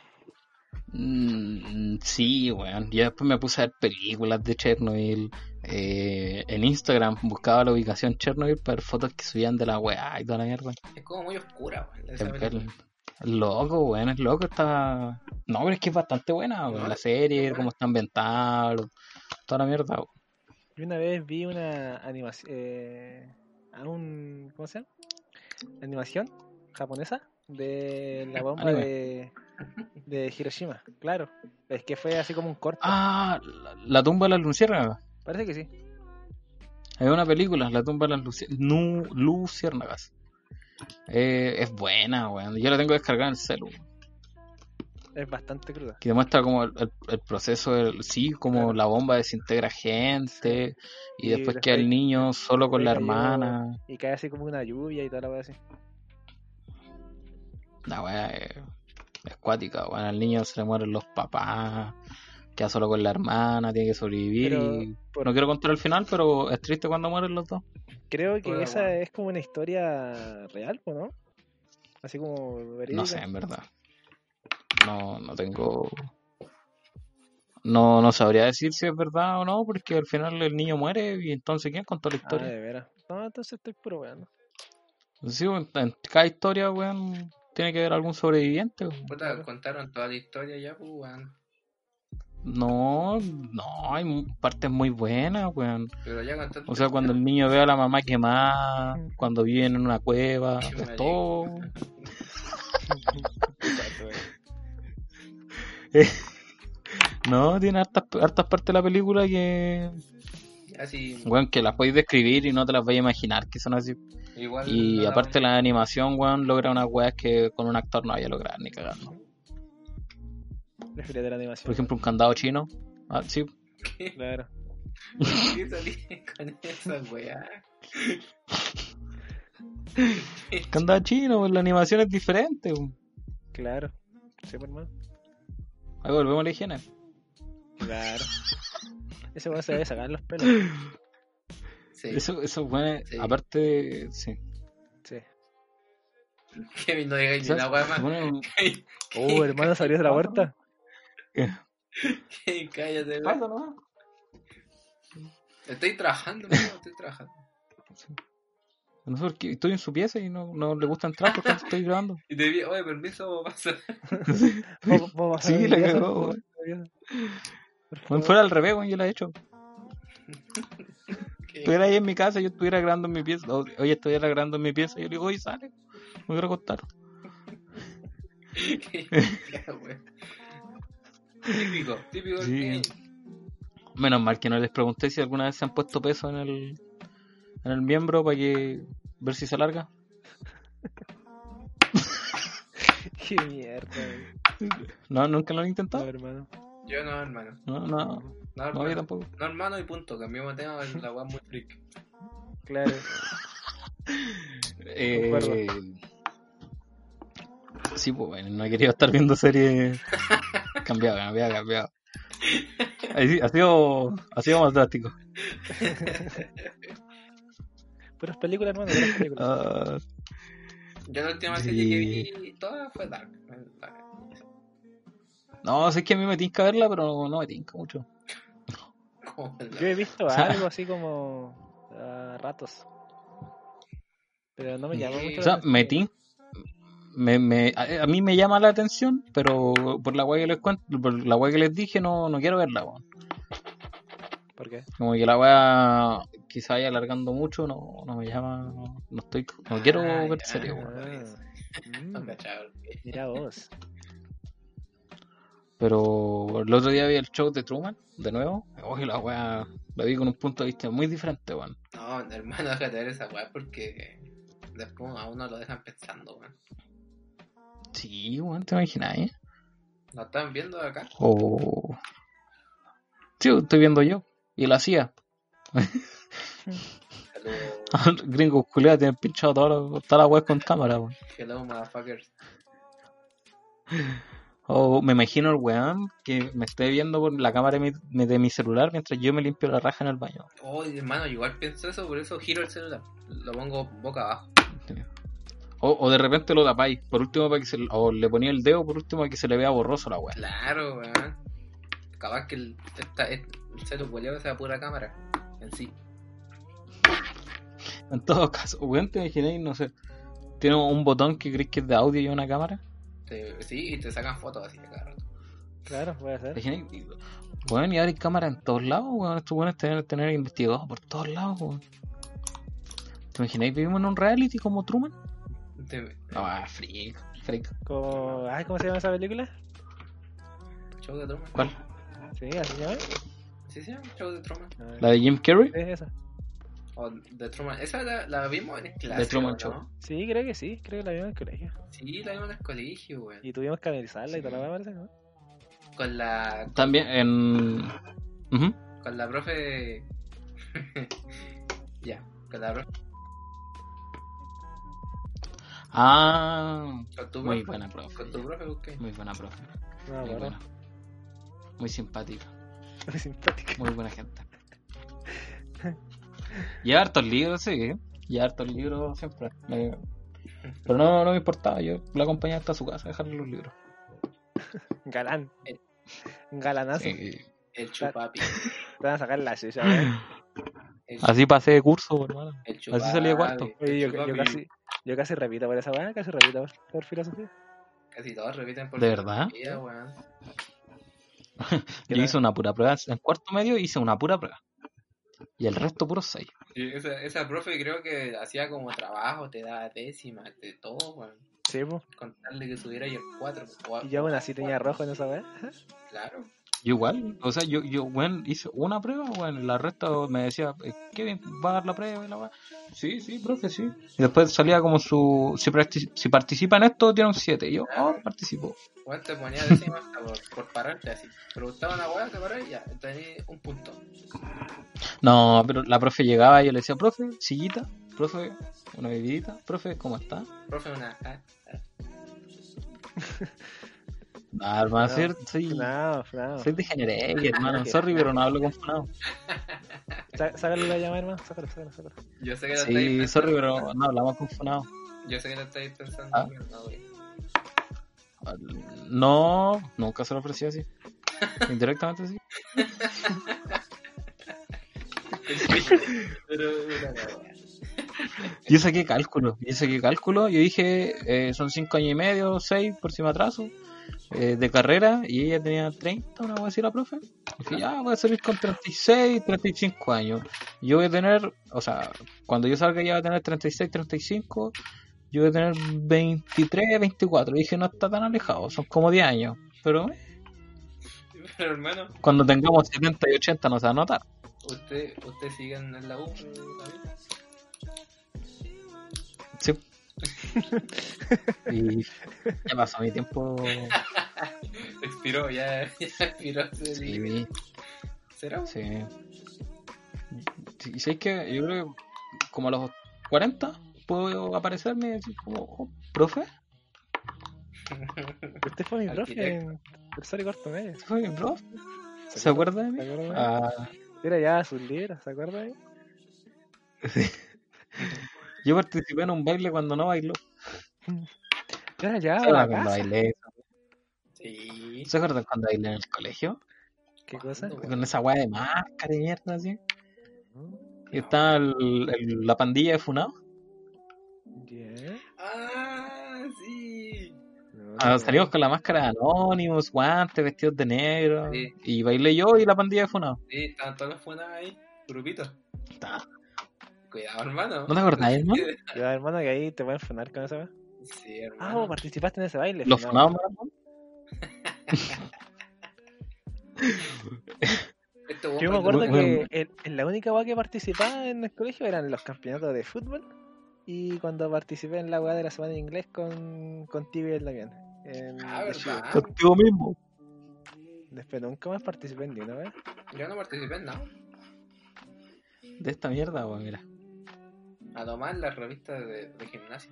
Sí, weón. Yo después me puse a ver películas de Chernobyl. En Instagram buscaba la ubicación Chernobyl para ver fotos que subían de la weá y toda la mierda. Es como muy oscura, weón. Esa Es película. loco, weón, es loco. Está... No, pero es que es bastante buena, weón. No, La es serie, buena. cómo está ambientada, toda la mierda, weón. Yo una vez vi una animación. ¿Cómo se llama? Animación japonesa de la bomba Anime. de Hiroshima. Claro. Es que fue así como un corto. Ah, la tumba de las luciérnagas. Parece que sí. Hay una película, La tumba de las luciérnagas. Es buena, weón. Yo la tengo descargada en el celu. Es bastante cruda. Que demuestra como el proceso, sí, como Claro. la bomba desintegra gente. Y Y después queda el después- niño solo con la después cayó- hermana. Y cae así como una lluvia y toda la wea así. La weá es cuática, weón. Al niño se le mueren los papás. Queda solo con la hermana, tiene que sobrevivir. Pero Y... por- No quiero contar el final, pero es triste cuando mueren los dos. Creo que Puta, esa weón. es como una historia real, ¿o no? Así como verídica. No sé, en verdad. No tengo. No sabría decir si es verdad o no, porque al final el niño muere y entonces ¿quién contó la Ah, historia? de veras. No, entonces estoy puro weón. Sí, en cada historia, weón, tiene que haber algún sobreviviente. Weón. Puta, Claro. contaron toda la historia ya, pues, weón. No, hay partes muy buenas, weón. Pero ya contaste. O sea, cuando el niño ve a la mamá quemada, cuando viven en una cueva, Qué es marica. todo. No, tiene hartas partes de la película que, Así, weón, que las podéis describir y no te las vais a imaginar que son así. igual. Y no la aparte la animación, weón, logra unas weas que con un actor no vaya a lograr ni cagando. Prefiero de la animación. Por ejemplo, un candado chino. Ah, sí. Claro. ¿Por qué salí con esa weá? Candado chino, pues la animación es diferente. Weón. Claro. Sí, por hermano. Ahí volvemos a la higiene. Claro. Ese weón se debe sacar los pelos. Sí. Eso bueno, Sí. aparte, sí. Sí. Kevin, no digáis ni ¿Sabes? la weá más. Bueno, Hermano, salió de la huerta. Kevin, cállate, weón. pasa, ¿no? Estoy trabajando, weón, estoy trabajando. No sé por qué estoy en su pieza y no le gusta entrar porque estoy grabando. Y te vi, oye, permiso, pasa. ¿Vos pasar Sí, mi la pieza? cagó, ¿Vos weón. pasar mi pieza? Por Bueno, favor. fuera al revés, weón, yo la he hecho. Estuviera ahí en mi casa, yo estuviera grabando en mi pieza. Oye, estuviera grabando en mi pieza. Yo le digo, oye, sale. Me quiero acostar. Ya, weón. Típico del Sí. Kevin. Menos mal que no les pregunté si alguna vez se han puesto peso en el miembro para que ver si se alarga. Qué mierda, weón. No, nunca lo han No, intentado. hermano. Yo no, hermano. No, No, yo hermano. tampoco. No, hermano, y punto. Cambiamos de tema, la weá es muy freak. Claro. Sí, pues bueno, no he querido estar viendo series. Cambiado. Ha sido más drástico. Puras películas, hermano, puras películas. Ah, Yo la última Sí. serie que vi toda fue Dark. no, sé que a mí me tinca verla, pero no me tinca mucho. Como la- Yo he visto O sea- algo así como a ratos. Pero no me llama Sí. mucho O sea, la atención. a mí me llama la atención, pero por la weá que les cuento, por la weá que les dije, no quiero verla, weón. ¿Por qué? Como que la weá quizá vaya alargando mucho, no me llama, no quiero Ah, ver ya. serie, weón. Ah, No mm, cachaba. mira vos. Pero el otro día vi el show de Truman, de nuevo. Oye, la weá, la vi con un punto de vista muy diferente, weón. No, hermano, déjate ver esa weá porque después a uno lo dejan pensando, weón. Sí, weón, ¿te imaginas, eh? ¿Lo están viendo acá? O... Sí, estoy viendo yo. Y la hacía. Hello, Gringos culiados tienen pinchado toda la web con cámara, weón. hello, motherfuckers. O me imagino el weón que me esté viendo por la cámara de mi celular mientras yo me limpio la raja en el baño. Oh, hermano, igual pienso eso, por eso giro el celular. Lo pongo boca abajo. O de repente lo tapáis, por último, para que o le ponía el dedo, por último, para que se le vea borroso la weá. Claro, weón. Capaz que el celu culiao sea pura cámara en sí. En todo caso, weón, te imagináis, no sé, tiene un botón que crees que es de audio y una cámara. Sí, y te sacan fotos así de cada rato. Claro, puede ser. ¿Te imagináis? Weón, y ahora hay cámaras en todos lados, weón. Estos weones tener investigados por todos lados, weón. ¿Te imagináis? Vivimos en un reality como Truman. No, freak. Como... Ay, ¿cómo se llama esa película? Show de Truman. ¿Cuál? Sí, así se llama. Sí, Show de Truman. Ah, ¿La de Jim Carrey? es esa. O de Truman. Esa la vimos en clase. De Truman ¿no? Show. Sí, creo que sí. Creo que la vimos en el colegio. Sí, la vimos en el colegio, weón. Y tuvimos que analizarla y toda la weá, parece, ¿no? Con la. También en... Ujú. Con la profe. Ya, con la profe. Ah, Con tu muy profe. buena profe. Con tu profe busqué. Muy buena profe. No, Muy bueno. buena. Muy simpática. Muy simpática. Muy buena gente. Lleva hartos libros, sí. Lleva hartos libros siempre. Pero no me importaba. Yo la acompañaba hasta su casa a dejarle los libros. Galán. Un galanazo. Sí. El chupapi. Te van a sacar la chucha, weón. Así pasé de curso, hermano. El Así salí de cuarto. Oye, El chupapi. yo casi repito por esa weá, casi repito por filosofía. Casi todos repiten por ¿De verdad? filosofía, weón. Yo hice una pura prueba. En cuarto medio hice una pura prueba. Y el resto puro 6. Y esa profe creo que hacía como trabajo, te daba décimas, de todo, weón. Sí, pues. Contarle que subiera y el 4. Y yo aún así tenía rojo en esa weá. Claro. Yo igual, o sea, yo bueno, hice una prueba, bueno, la resto me decía, Kevin, ¿va a dar la prueba y la weá? Sí, profe, sí. Y después salía como si participa en esto, tiene un 7. Y yo, participo. Weón, te ponía décimas hasta por pararte así. Preguntaba una weá, te parás y ya, tenés un punto. No, pero la profe llegaba y yo le decía, profe, sillita, profe, una bebidita, profe, ¿cómo está? Profe, una. Ah, hermano, No, soy no. degeneré, hermano, sorry, pero no hablo con Funado. Sácalo la llamada, hermano. Sácalo. Yo sé que lo estáis Sí, pensando. sorry, pero no hablamos con Funado. Yo sé que lo estáis pensando. Ah. Pero no, güey. No, nunca se lo ofrecí así. Indirectamente sí. Pero Yo saqué cálculo, yo dije, son 5 años y medio, 6 por si me atraso, de carrera, y ella tenía 30, una cosa así la profe. Dije, ya, voy a salir con 36, 35 años. Yo voy a tener, o sea, cuando yo salga ya voy a tener 36, 35, yo voy a tener 23, 24. Dije, no está tan alejado, son como 10 años, pero hermano, cuando tengamos 70 y 80 no se va a notar. ¿usted sigue en la U, David? Sí. Y ya pasó mi tiempo. Expiró, ya expiró ese Sí, límite. ¿Será? sí. Y sé que yo creo que como a los 40 puedo aparecerme y decir como, oh, profe, Usted fue mi profe Arquitecto. en tercero y cuarto medio. ¿este fue mi profe? ¿Se acuerda de mí? ¿Se acuerda de mí? Ah, Mira ya sus libros, ¿se acuerda de mí? yo participé en un baile cuando no bailó. Mira ya, ¿Se a la acuerdan cuando casa. bailé? Sí. ¿Se acuerdan cuando bailé en el colegio? ¿Qué cosa? Con esa weá de máscara y mierda así. Y estaba la pandilla de Funao. Yeah. Ah, sí. No, Salimos con la máscara de Anonymous, guantes, vestidos de negro. Sí. Y bailé yo y la pandilla de Funao. Sí, estaban todos los buenos ahí, grupitos. Ta. Cuidado, hermano. ¿No te acordás, hermano? Yo, hermano, que ahí te pueden funar con esa weá. Sí, Ah, hermano. vos participaste en ese baile. Los funado. Funados Maratón. Este weón Yo me fue acuerdo el- Bueno. que en la única weá que participaba en el colegio eran los campeonatos de fútbol y cuando participé en la weá de la semana de inglés con Tibia en la avión. Ah, The Shield. ¿verdad? Contigo mismo. Después nunca más participé en ni una vez. Yo no participé en nada. De esta mierda, weón, mira. A lo más las revistas de gimnasio.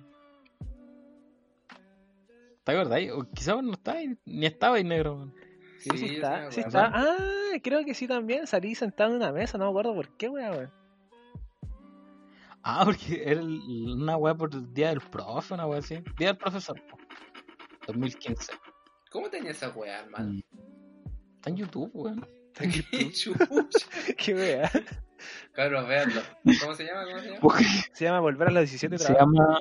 ¿Te acordás? O quizás no estaba ahí, ni estaba ahí negro, weón. Sí, sí yo está. me Sí acuerdo. está. Ah, creo que sí también. Salí sentado en una mesa, no me acuerdo por qué, weón. Ah, porque era una weá por el día del profe, una weá así. Día del profesor, po. 2015. ¿Cómo tenía esa weá, hermano? Está en YouTube, weón. ¡Qué chucha! Qué weá. Cabros, veanlo. ¿Cómo se llama? Porque Se llama Volver a los 17 se trabajo. llama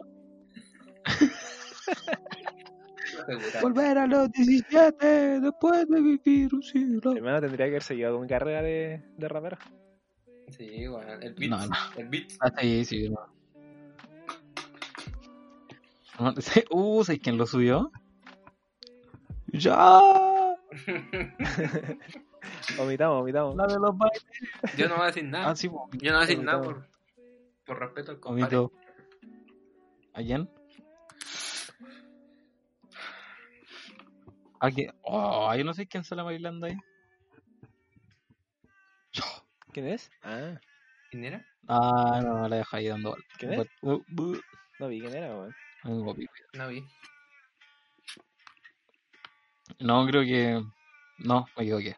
Segura. Volver a los 17 después de vivir un siglo. Hermano, tendría que haber seguido con mi carrera de rapero. Sí, weón. El beat. No, no. El beat. Ah, sí, sí, no. ¿Sabes quién lo subió? ¡Ya! Vomitamos. La de los bailes. Yo no voy a decir nada. Ah, sí, po. Yo no voy a decir Vomitamos. nada por respeto al compadre. Vomito. ¿A quién? Oh, yo no sé quién sale bailando ahí. ¿Quién es? Ah, ¿Quién era? Ah, no, la dejo ahí dando vueltas. ¿Quién es? No vi quién era, weón. No vi. No, creo que... No, me equivoqué.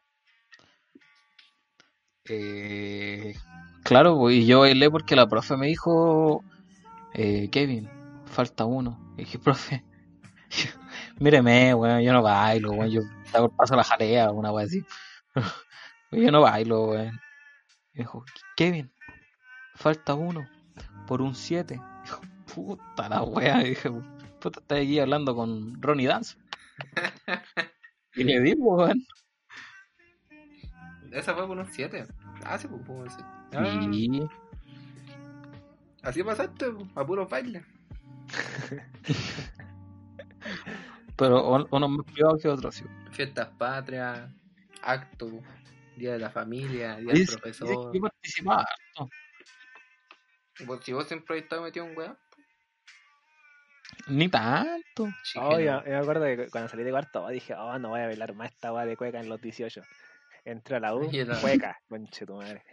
Claro, pues, y yo bailé porque la profe me dijo... Kevin, falta uno. Y dije, profe... Míreme, weón, yo no bailo, weón. Yo hago el paso a la jalea, una weón así. Yo no bailo, weón. Y me dijo, Kevin, falta uno. Por un 7. Dijo, puta la wea. Y dije, puta, estás aquí hablando con Ronnie Dance. Y le di, weón. Esa fue por un 7. Ah, sí, pues por un 7. Y... Así pasaste, a puro baile. Pero uno más privado que otro, sí. Fiestas patrias, acto, día de la familia, día del Dice profesor. que yo participaba harto. Si vos siempre has estado metido en weá, Ni tanto. Oh, yo me acuerdo que cuando salí de cuarto dije, no voy a bailar más esta weá de cueca en los 18. Entré a la U, Yo no. cueca, conche tu madre.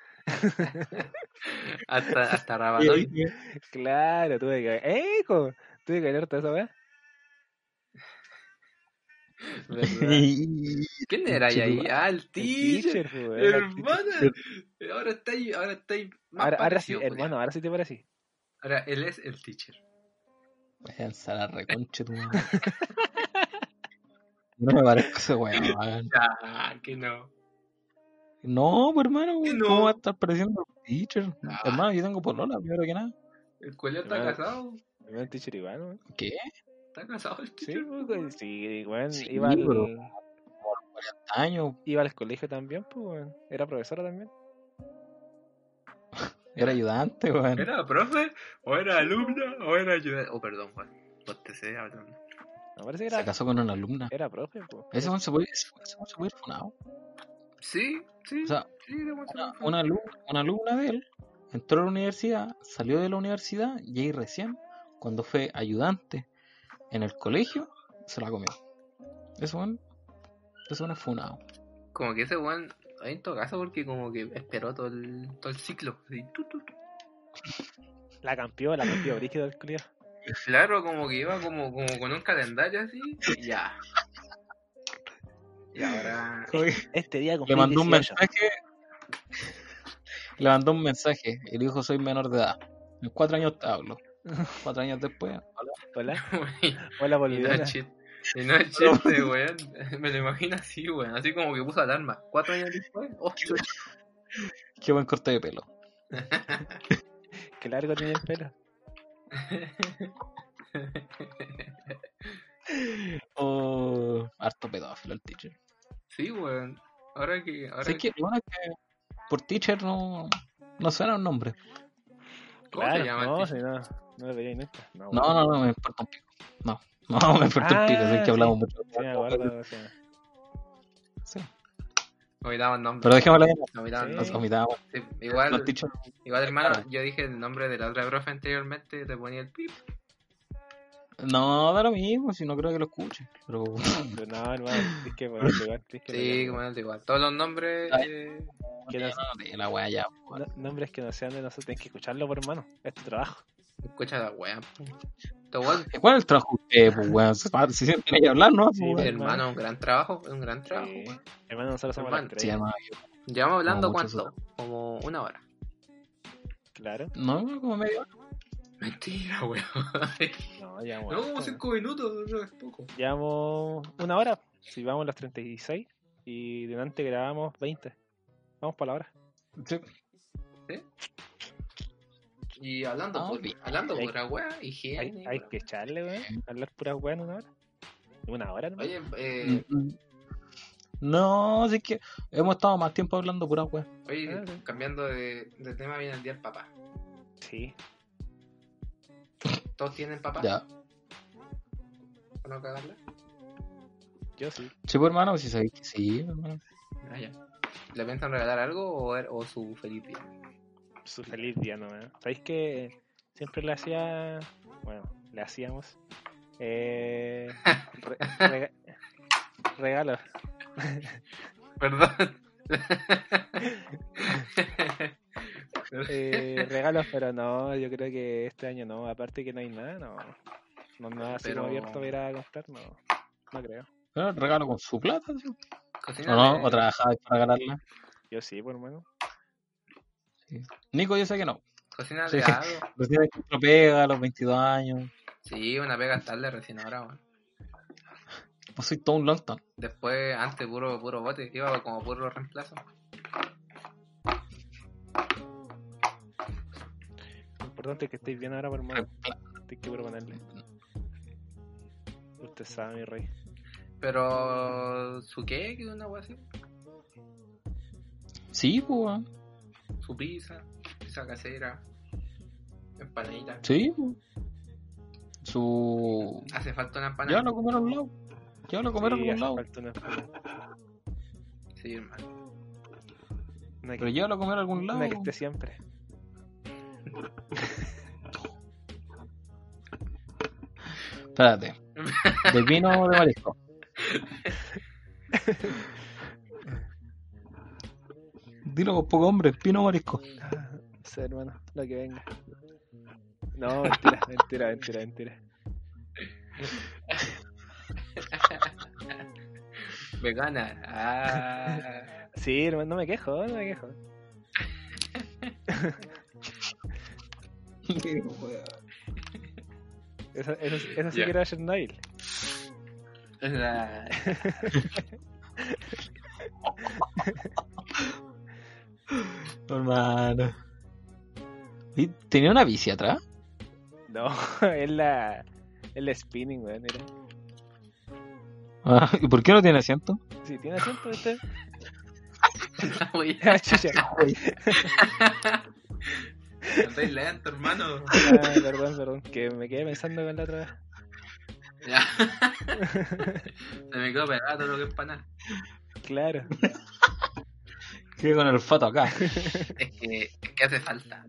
hasta Rabanón. Claro, tuve que... Tuve que bailar toda esa weá. ¿Verdad? ¿Quién era ahí? Ah, el El teacher. teacher, pues, weón, el Hermano, teacher. ahora está ahí más Ahora sí, parecido, pues, hermano, ya. ahora sí te parece. Ahora él es el teacher. Váyanse a la reconche tu madre. No me parezco ese weón. Ah, que no. No, pues hermano, Que no. ¿cómo va a estar pareciendo el teacher? Ah. Hermano, yo tengo polola, primero que nada. El cuello está Hermano. casado. Hermano, el teacher igual, weón. ¿Qué? Está casado el Sí, teacher. pues, sí, weón, Sí, iba pero- al... 40 años, Iba al colegio también, pues, weón. Era profesora también. era ayudante, weón. ¿Era profe? ¿O era alumna? ¿O era ayudante? Oh, perdón, Juan. Póstese hablando. Me parece que Se casó con una alumna. era profe, pues. Ese weón se puede ir funado. Sí, sí. O sea, sí, de buen sentido. una alumna de él entró a la universidad, salió de la universidad y ahí recién, cuando fue ayudante en el colegio, se la comió. Eso weón es funado. Como que ese weón, en todo caso, porque como que esperó todo el ciclo. Así, tu. La campeó, brígido del colegio. Claro, como que iba como con un calendario así. Y ya. Y ahora. Este día Le cumplí mandó un 18. mensaje. Le mandó un mensaje y le dijo soy menor de edad. En 4 años te hablo. 4 años después, hola. Hola, Y no volvidora. es chiste. Y no es chiste, weón. Me lo imagino así, weón. Así como que puso alarma. 4 años después. Oh, Qué buen corte de pelo. Qué largo tiene el pelo. Harto pedófilo el teacher. sí, weón. Ahora Sé que lo bueno es que por teacher no suena un nombre. ¿Cómo Claro, se llama el no, teacher? si no lo veía nunca. No, No, me importa un pico. No, me importa un pico. Sé que hablamos mucho. Sí, me acuerdo, o sea. Sí. Omitamos nombre. Pero dejémoslo ahí. Omitamos Sí. Nos nombre. omitamos. Sí, Los dichos. igual, hermano, yo dije el nombre de la otra profe anteriormente, te ponía el pip. No, da lo mismo, si no creo que lo escuche. Pero. Pero no, hermano, tienes que ponerlo igual. Tienes que Sí, ponerlo. como el igual. Todos los nombres. Que no- No, la wea ya. nombres que no sean de nosotros, tienes que escucharlo por hermano. Es tu trabajo. Escucha la wea. Este weón, ¿Cuál es el trabajo de usted, pues, weón? Se sienten ahí a hablar, ¿no? Sí, Pues, weón. hermano, un gran trabajo. Un gran trabajo, Sí. weón. Hermano, nosotros somos Hermano, las Sí, estrellas. hermano. Llevamos hablando No, mucho cuánto? Como una hora. Claro. No, como medio. Mentira, weón. No, llevamos. No, como harto, 5 minutos, no es poco. Llevamos una hora. Si vamos las 36 y delante grabamos 20. Vamos para la hora. Sí. Y hablando, Ah, por, bien. hablando Hay- pura wea, higiene. Hay que echarle, weón. Hablar puras weas en una hora. Una hora, ¿no? Oye, No, sí que hemos estado más tiempo hablando pura wea. oye, sí. cambiando de tema, viene el día del papá. Sí. ¿Todos tienen papá? Ya. ¿Para no cagarla? Yo sí. Sí, pues, hermano, si sabéis que sí, hermano. Ah, ya. ¿Le piensan regalar algo o su feliz día? Su feliz día, ¿no? ¿Sabéis que siempre le hacía... Bueno, le hacíamos... regalos. Perdón. Regalos, pero no, yo creo que este año no. Aparte que no hay nada, no. No nada así Pero- como abierto para ir a comprar, no. No creo. Pero el regalo con su plata, ¿sí? Cocina ¿O no? ¿O trabajaba para regalarla? Yo sí, por hermano. Nico, yo sé que no. Cocina Sí. de algo. Recién encontró pega a los 22 años. Sí, una pega tarde recién ahora, weón. Pues soy todo un Longton. Después, antes, puro bote. Iba como puro reemplazo. Lo importante es que estéis bien ahora, por hermano. Tienes que proponerle. Usted sabe, mi rey. Pero, ¿su qué? ¿Qué es una wea así? Sí, pues, weón. Su pizza casera, empanadita. Sí, pues. Su. Hace falta una empanada. Llévalo a comer a un lado. Llévalo a comer a Sí, algún hace lado. falta una, Sí, hermano. una Pero que, llévalo a comer a algún lado. una que esté siempre. Espérate. ¿De vino o de marisco? Dilo con poco hombre, vino o marisco. No sé, hermano, lo que venga. No, mentira. Vegana. Ah. Sí, hermano, no me quejo. Eso sí Ya. que era Chernobyl. La- Hermano. ¿Y tenía una bici atrás? No, es la spinning, weón. Era. Ah, ¿y por qué no tiene asiento? Sí, tiene asiento este. la wea. Ah, chucha. Andáis lento, hermano. Ah, perdón, que me quedé pensando con la otra vez. Ya. Se me quedó pegado todo lo que es para nada. Claro. Que con el olfato acá. Es que hace falta.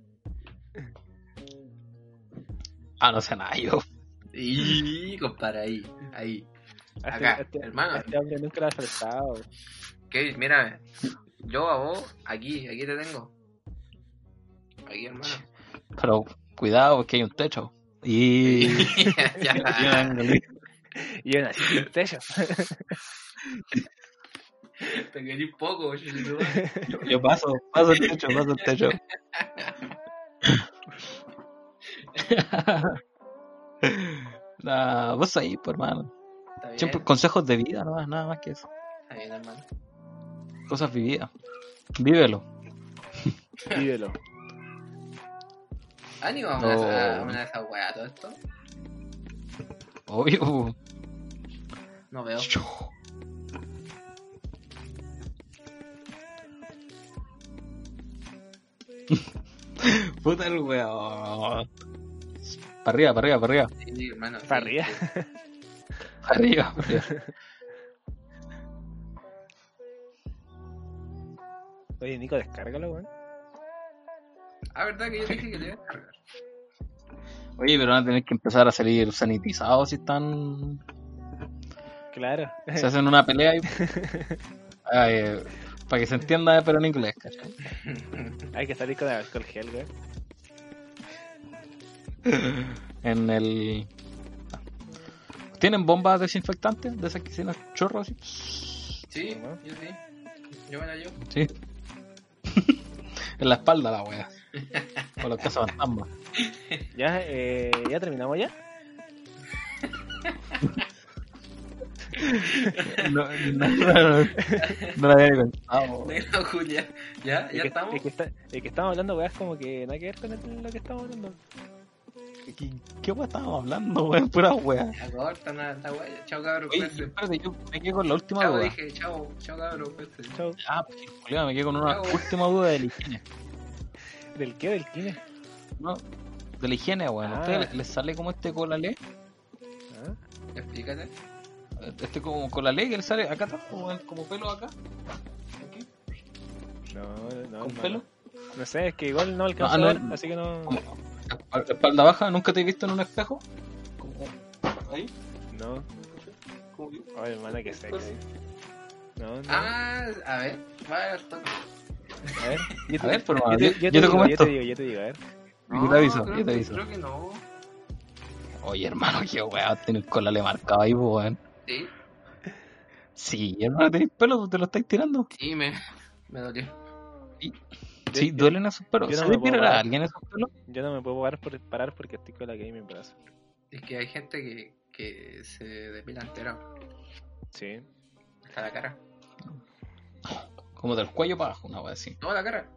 Ah, no sé nada yo. Y compadre, ahí. Acá, hermano. A este hombre nunca lo ha faltado. ¿Qué? Mira, yo a vos, aquí te tengo. Aquí, hermano. Pero cuidado porque hay un techo. Y. Ya. Y yo nací sin techo. Te querí poco, Yo paso el techo. Nah, vos ahí, pues, hermano. Está bien, Siempre consejos de vida, nada más que eso. está bien, hermano. Cosas vividas. Vívelo. Pídelo. ¿Ánimo a No. una de esas weas todo esto? Obvio. No veo. Puta el weón. Para arriba. Sí, hermano. Para sí, arriba. sí. Arriba. Oye, Nico, descárgalo, weón. Ah, ¿verdad que yo dije que le iba a descargar? Oye, pero van a tener que empezar a salir sanitizados si están... Claro. Se hacen una pelea y... para que se entienda, pero en inglés, ¿cachai? Hay que salir con el alcohol gel, weón. En el... ¿Tienen bombas desinfectantes? De esas que tienen chorros así. Sí, ¿No? yo sí. Yo me la llevo. Sí. En la espalda la wea. Con los cazafantasmas. ¿Ya terminamos ya? No la había ni pensado. Negro Julia. ¿Ya? ¿Ya estamos? Es que estamos hablando weas como que nada que ver con lo que estamos hablando. ¿Qué wea estábamos hablando, weón? Pura wea. Ya corta la wea. Chao, cabrón. Oye, Cuídense. espérate, yo me quedé con la última Chao, duda. dije. Chao, cabrón. Cuídense. Chao. Ah, pues, Julián, me quedé con una Chao. última duda de la higiene. ¿Del qué? ¿Del kine? ¿No? De la higiene, weón. ¿A Ah. ustedes les sale como este colalé? ¿Ah? Explícate. Este como colalé que le sale acá atrás, como pelo acá. Aquí, No, con hermano. pelo. No sé, es que igual no alcanzo No, a ver, no. así que no. Como espalda baja, ¿nunca te he visto en un espejo? Como ahí. No. Como que- Ay, hermano, que sé. No. Ah, a ver. Va a ver, toca. A ver, A ver, pero yo te yo te digo, comento. yo te digo, a ver. Yo te aviso, yo te creo aviso. que no. Oye, hermano, qué weá, tenés el colalé marcado ahí, pues, weón. Sí, Sí, hermano, tenés pelo, pues, te lo estáis tirando. sí, me dolió. Sí, yo- duelen esos pelos. yo no ¿Se me le puedo tirará a parar. alguien esos pelos? Yo no me puedo parar porque estoy con la que hay en mi brazo. Es que hay gente que se depila entero. Sí. Hasta la cara. Como del cuello para abajo, una weá así. Toda la cara.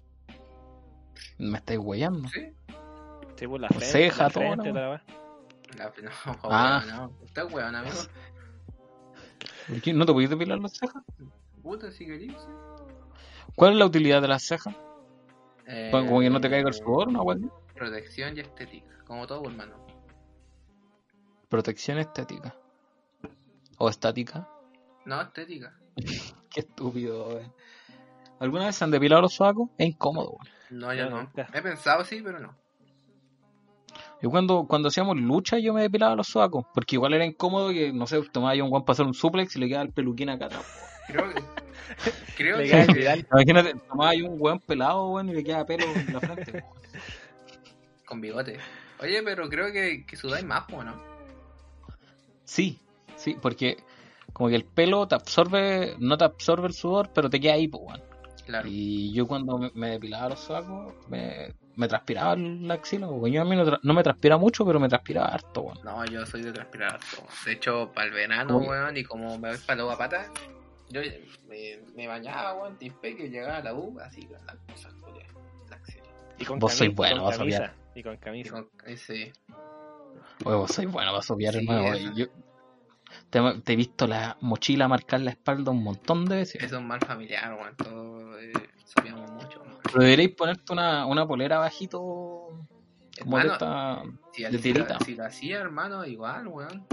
Me estáis weyando. Sí. Sí, pues la Por frente, ceja, la todo, frente, ¿no? toda la wea. No, Ah. weón, no. Usted es weón, amigo. ¿Por qué? ¿No te podías depilar las cejas? Puta, si querías. Sí. ¿Cuál es la utilidad de las cejas? Eh, Como que no te caiga el sudor, una weá así. Protección y estética. Como todo, hermano. Protección estética. O estática. No, estética. Qué estúpido, weón. ¿Alguna vez se han depilado los sobacos? Es incómodo, weón. No, yo No, no. nunca. He pensado sí, pero no. Yo cuando hacíamos lucha yo me depilaba los sobacos. Porque igual era incómodo que, no sé, tomaba yo un guan para hacer un suplex y le quedaba el peluquín acá atrás. Creo que. Creo Le queda el que. Vidal. Imagínate, tomaba yo un weón pelado, weón, y le quedaba pelo en la frente, weón. Con bigote. Oye, pero creo que sudáis más, ¿o no? Sí, sí, porque como que el pelo te absorbe, no te absorbe el sudor, pero te queda ahí, pues, weón. Claro. Y yo cuando me depilaba los sobacos, me transpiraba la axila, weón. Yo a mí no me transpira mucho, pero me transpiraba harto, weón. No, yo soy de transpirar harto. De hecho, para el verano, ¿Cómo que? weón, y como me voy para la pata, yo me bañaba, weón, timpé que llegaba a la U, así con las cosas, joder, la axila. Y con Vos sois camisa, bueno, con vas a camisa. sopiar. Y con Y camisa. con ese. Oye, vos sois bueno para sopiar, Sí, hermano. eso. Yo te he visto la mochila marcar la espalda un montón de veces. Es un mal familiar, weón. Todos sabíamos mucho, weón. Pero deberéis ponerte una polera bajito, como de Hermano, esta, si, de tirita. si lo hacía, hermano, igual, weón.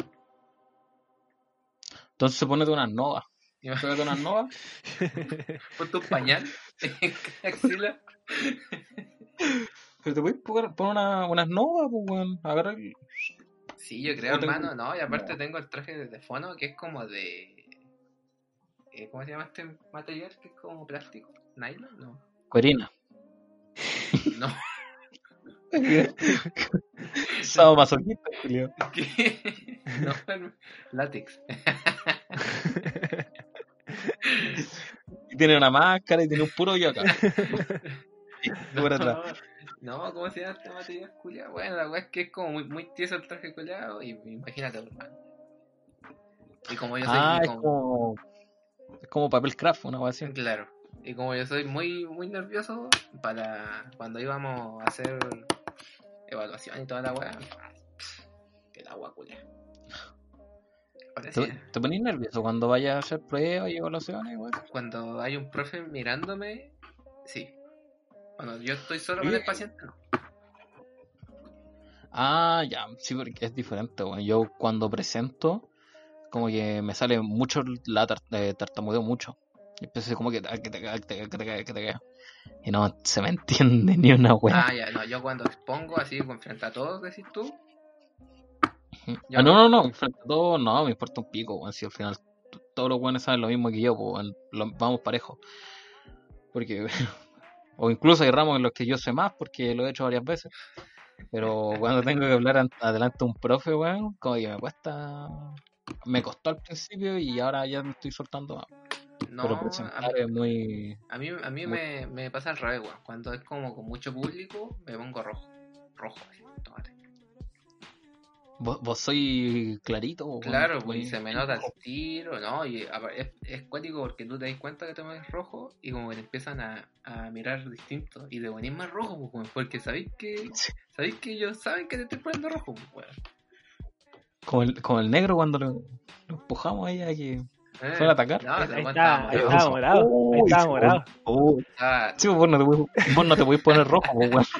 Entonces ponete unas novas. Ponete unas novas. Ponte un pañal en cada axila. Pero te puedes poner unas novas, pues, weón. Agarrar el... Sí, yo creo, O tengo- hermano, no. Y aparte tengo el traje de fono que es como de. ¿Cómo se llama este material? Que es como plástico. ¿Nylon? No. Cuerina. No. Sábado masoquista, Julio. ¿Qué? No, látex. Y tiene una máscara y tiene un puro hoyo acá. No, Por atrás. no, ¿cómo se llama este material culiado? Bueno, la weá es que es como muy tieso el traje culiado y imagínate, hermano. Y como yo soy Es como papel craft, una cosa así. claro. Y como yo soy muy nervioso para cuando íbamos a hacer evaluación y toda la weá, el agua culiada. ¿Te pones nervioso cuando vayas a hacer pruebas y evaluaciones, weón? Cuando hay un profe mirándome, sí. Cuando yo estoy solo Oye. con el paciente, no. Ah, ya, sí, porque es diferente, weón. Yo cuando presento, como que me sale mucho tartamudeo mucho. Y empecé como que y no se me entiende ni una weá. Ah, ya, no, yo cuando expongo así frente a todos, decís tú, yo Ah, no, frente a todo, no, me importa un pico, weón. Si al final todos los buenos saben lo mismo que yo, pues weón, vamos parejos. Porque, o incluso hay ramos en los que yo sé más porque lo he hecho varias veces. Pero cuando tengo que hablar adelante de un profe, weón, como que me cuesta. Me costó al principio y ahora ya me estoy soltando más. no, Pero presentar es muy. a mí muy- me pasa al revés, weón. Cuando es como con mucho público, me pongo rojo, así, tómate. Vos sois clarito, weón. Claro, pues y Muy- se me nota el tiro, ¿no? Y es cuático porque tú te das cuenta que te pones rojo y como que te empiezan a mirar distinto y te ponís más rojo, pues, weón, porque sabéis que ellos saben que te estoy poniendo rojo, pues, weón. Como el negro cuando lo empujamos ahí a que fuera a atacar. No, Ahí el weón está, ahí morado. estaba morado. Ahí estaba morado. Estaba, Sí, pues vos no te podés poner rojo, pues, weón.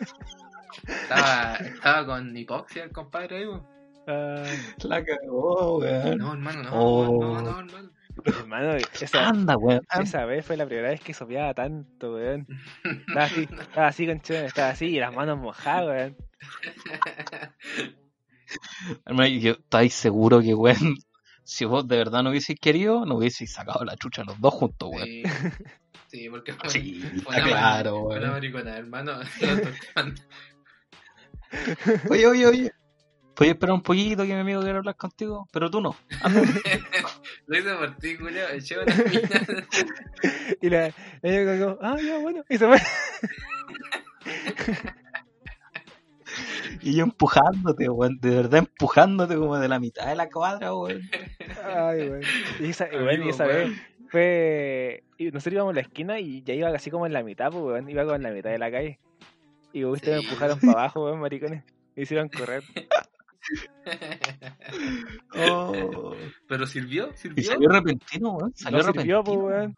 estaba con hipoxia el compadre ahí, weón. La cagó, weón. No, hermano, Oh. no, hermano. Hermano, Anda, weón. esa vez fue la primera vez que sopeaba tanto, weón. Estaba así, concha, estaba así y las manos mojadas, weón. Hermano, yo estáis seguro que, weón, si vos de verdad no hubieseis querido, no hubieseis sacado la chucha los dos juntos, weón. Sí, porque Sí, fue está claro, una weón. maricona, hermano. Lo estoy tomando. Oye. ¿Puedes esperar un poquito que mi amigo quiere hablar contigo? Pero tú no. Lo hice por ti, Julio. Eché una mina. Y ella como, ya, bueno. Y se fue. Y yo empujándote, weón. De verdad empujándote como de la mitad de la cuadra, weón. Ay, weón. Y esa Amigo, vez weón. fue. Nosotros íbamos a la esquina y ya iba así como en la mitad, pues, weón. Iba como en la mitad de la calle. Y ustedes me Sí. empujaron para abajo, weón, maricones. Me hicieron correr. Oh. Pero sirvió. Y salió repentino, weón. Salió No sirvió, pues, repentino. weón.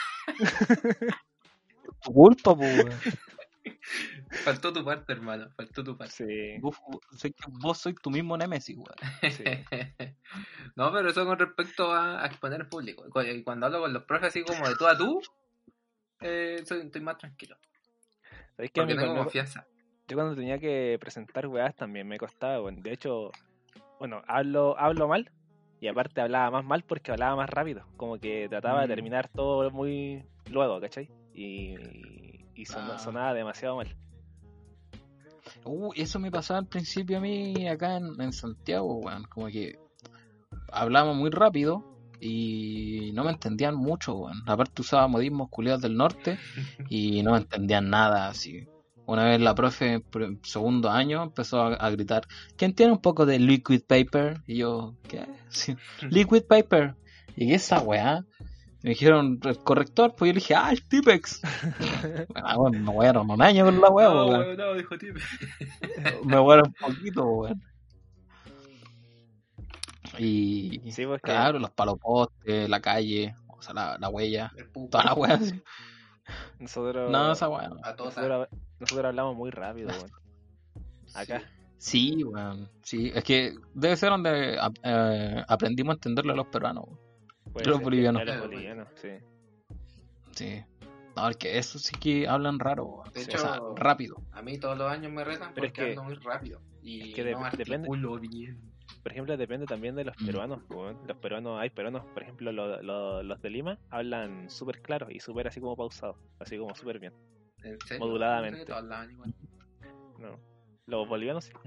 Tu culpa, pues, weón. Faltó tu parte, hermano. Faltó tu parte. Sí, Vos sois tu mismo Nemesis, weón. sí. No, pero eso con respecto a exponer en público. Y cuando hablo con los profes así como de tú a tú, estoy más tranquilo. ¿Sabéis que a Porque mí tengo cuando, confianza. yo cuando tenía que presentar weas también me costaba, weón? De hecho, bueno, hablo mal y aparte hablaba más mal porque hablaba más rápido. Como que trataba de terminar todo muy luego, ¿cachai? Y sonaba demasiado mal. Eso me pasaba al principio a mí acá en Santiago, weón. Como que hablábamos muy rápido y no me entendían mucho, weón. Aparte usaba modismos culiados del norte y no me entendían nada, así. Una vez la profe, en segundo año, empezó a gritar, ¿quién tiene un poco de liquid paper? Y yo, ¿qué? Sí, liquid paper. ¿Y qué es esa weá? Me dijeron, el corrector, pues yo le dije, el Tipex. Bueno, me wearon un año con la weá, No, weón. weón, no, dijo Tipe. Me wearon un poquito, weón. Y Sí, pues que claro, los palopostes, la calle, o sea, la huella, El pupo. toda la weá así. nosotros, No, esa weá no. A todos. nosotros hablamos muy rápido, weón. Acá. Sí, weón. Sí, es que debe ser donde aprendimos a entenderlo a los peruanos, weón. Puede Los ser, bolivianos. los bolivianos, sí. Sí. No, porque eso sí que hablan raro, weón. De O hecho, sea, rápido. A mí todos los años me retan Pero es porque que- ando muy rápido. Y es que no depende- articulo bien. Por ejemplo, depende también de los peruanos, weón. Los peruanos, hay peruanos, por ejemplo, los de Lima hablan súper claro y súper así como pausado, así como súper bien. ¿En serio? Moduladamente. Pensé que todos hablaban igual. No. Los bolivianos sí.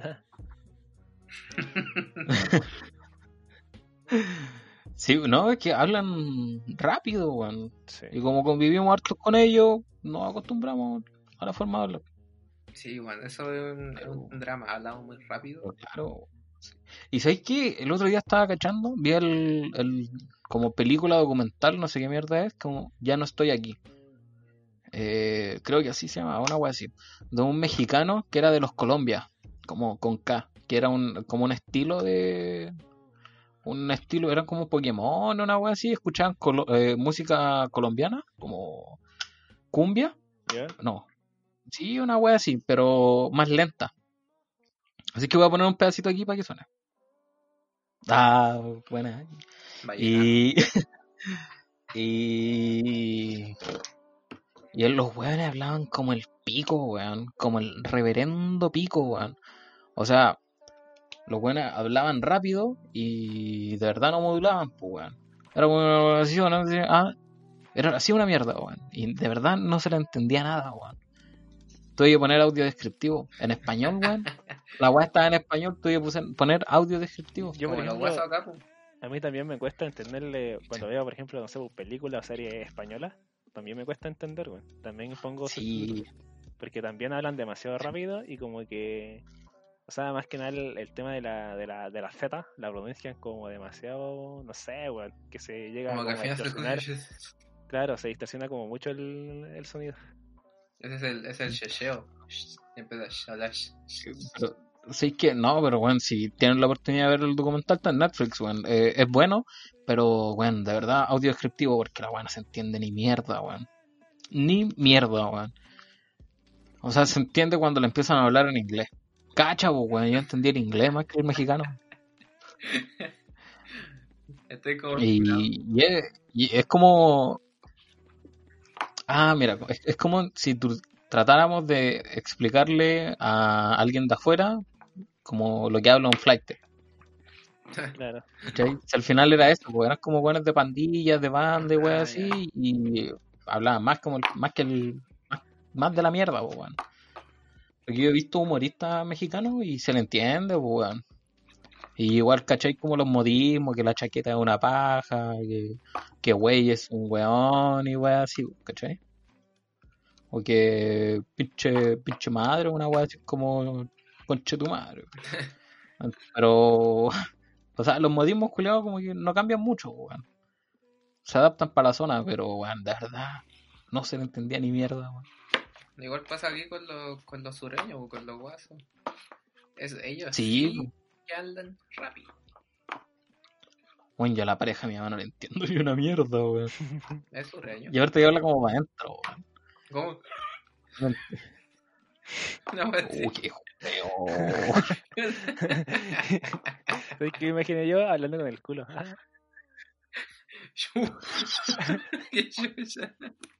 Sí, no, es que hablan rápido, weón. Sí. Y como convivimos hartos con ellos, nos acostumbramos a la forma de hablar. Sí, bueno, eso es un drama. Hablamos muy rápido. Pero claro. Sí. Y ¿sabes qué? El otro día estaba cachando, vi el como película documental, no sé qué mierda es, como Ya no estoy aquí. Creo que así se llama, una wea así. De un mexicano que era de los Colombia, como con K, que era como un estilo de... Un estilo, eran como Pokémon, una wea así, escuchaban música colombiana, como cumbia, ¿Ya? no, sí, una wea así, pero más lenta. Así que voy a poner un pedacito aquí para que suene. Buena. Vallenato. Y Y los weones hablaban como el pico, weón. Como el reverendo pico, weón. O sea, los weones hablaban rápido y de verdad no modulaban, pues, weón. Era como así, ¿no? Era así una mierda, weón. Y de verdad no se le entendía nada, weón. Tuve que poner audio descriptivo en español, weón. La weá estaba en español, tuve que poner audio descriptivo. Yo, por Como los ejemplo, huesos acá, pues. a mí también me cuesta entenderle cuando veo, por ejemplo, no sé, películas o series españolas. También me cuesta entender, güey. También pongo Sí, porque también hablan demasiado rápido y como que, o sea, más que nada el tema de la Z, la pronuncian como demasiado, no sé, güey, que se llega Como que como al a final distorsionar. Claro, se distorsiona como mucho el sonido. ese es el shesheo. Empieza a hablar. pero sí que no, pero weón, si tienen la oportunidad de ver el documental está en Netflix, weón. Es bueno, pero weón, de verdad, audio descriptivo porque la weón no se entiende ni mierda, weón. Ni mierda, weón. O sea, se entiende cuando le empiezan a hablar en inglés. Cacha, pues, weón, yo entendí el inglés más que el mexicano. Estoy como. Y es como... Ah, mira, es como si tratáramos de explicarle a alguien de afuera como lo que habla un flight. Claro. ¿Cachai? Si al final era eso, pues eran como buenos de pandillas, de banda y weas así, Ya. y hablaban más como más de la mierda, pues, weón. Porque yo he visto humoristas mexicanos y se le entiende, pues, weón. Y igual, ¿cachai? Como los modismos, que la chaqueta es una paja, que güey es un weón y weas así, ¿cachai? O que pinche madre, una wea así como conche tu madre. Pero, o sea, los modismos culiados como que no cambian mucho, weón. Se adaptan para la zona, pero, weón, de verdad, no se le entendía ni mierda, weón. Igual pasa aquí con los sureños o con los guasos. Ellos Sí, sí que hablan rápido. weón, yo a la pareja de mi mamá no le entiendo ni una mierda, weón. Es sureño. Y ahorita ya habla como para adentro, weón. ¿Cómo? No No, pues sí. Uy, qué feo. ¿Sabes qué me imaginé yo hablando con el culo? Ah, Qué chucha.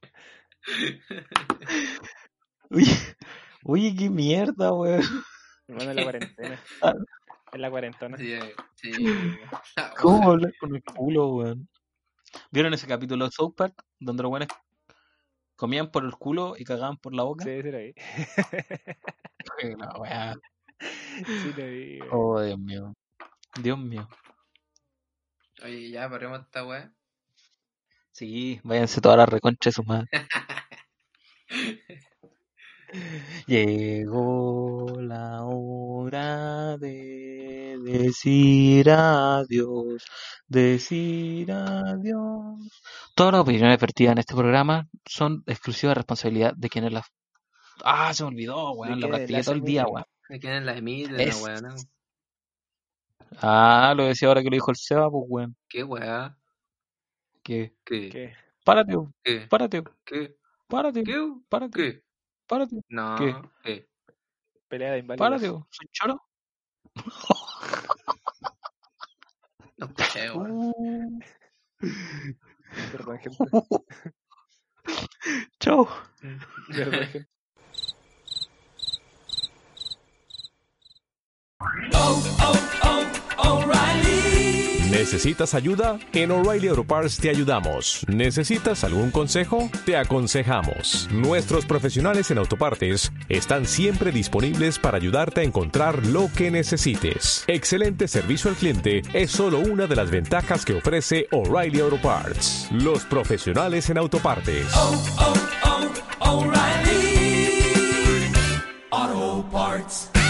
Oye, qué mierda, weón. hermano, en la cuarentena. Ah, En la cuarentona. Sí, sí. ¿Cómo hablar con el culo, weón? ¿Vieron ese capítulo de South Park donde los weones comían por el culo y cagaban por la boca? Sí, lo vi. La weá. Sí, lo vi. Güey. Oh, Dios mío. Dios mío. Oye, ya paremos esta weá. Sí, váyanse todas las reconchas su madre. Llegó la hora de decir adiós, decir adiós. Todas las opiniones vertidas en este programa son exclusiva responsabilidad de quienes las... Ah, se me olvidó, weón, la quienes practiqué las todo el día, emiten. weón. ¿De quién la emiten, la Es... weá? ¿No? Ah, lo decía ahora que lo dijo el Seba, pues, weón. ¿Qué weá? Que... ¿Qué? ¿Qué? Párate, ¿Qué? párate, ¿Qué? párate, ¿Qué? párate, ¿Qué? párate. ¿Qué? No, ¿qué? Pelea de Párate, inválidos. ¿soy choro? No escuché, weón. Perdón, gente. Chao. Perdón, gente. ¿Necesitas ayuda? En O'Reilly Auto Parts te ayudamos. ¿Necesitas algún consejo? Te aconsejamos. Nuestros profesionales en autopartes están siempre disponibles para ayudarte a encontrar lo que necesites. Excelente servicio al cliente es solo una de las ventajas que ofrece O'Reilly Auto Parts. Los profesionales en autopartes. O'Reilly Auto Parts.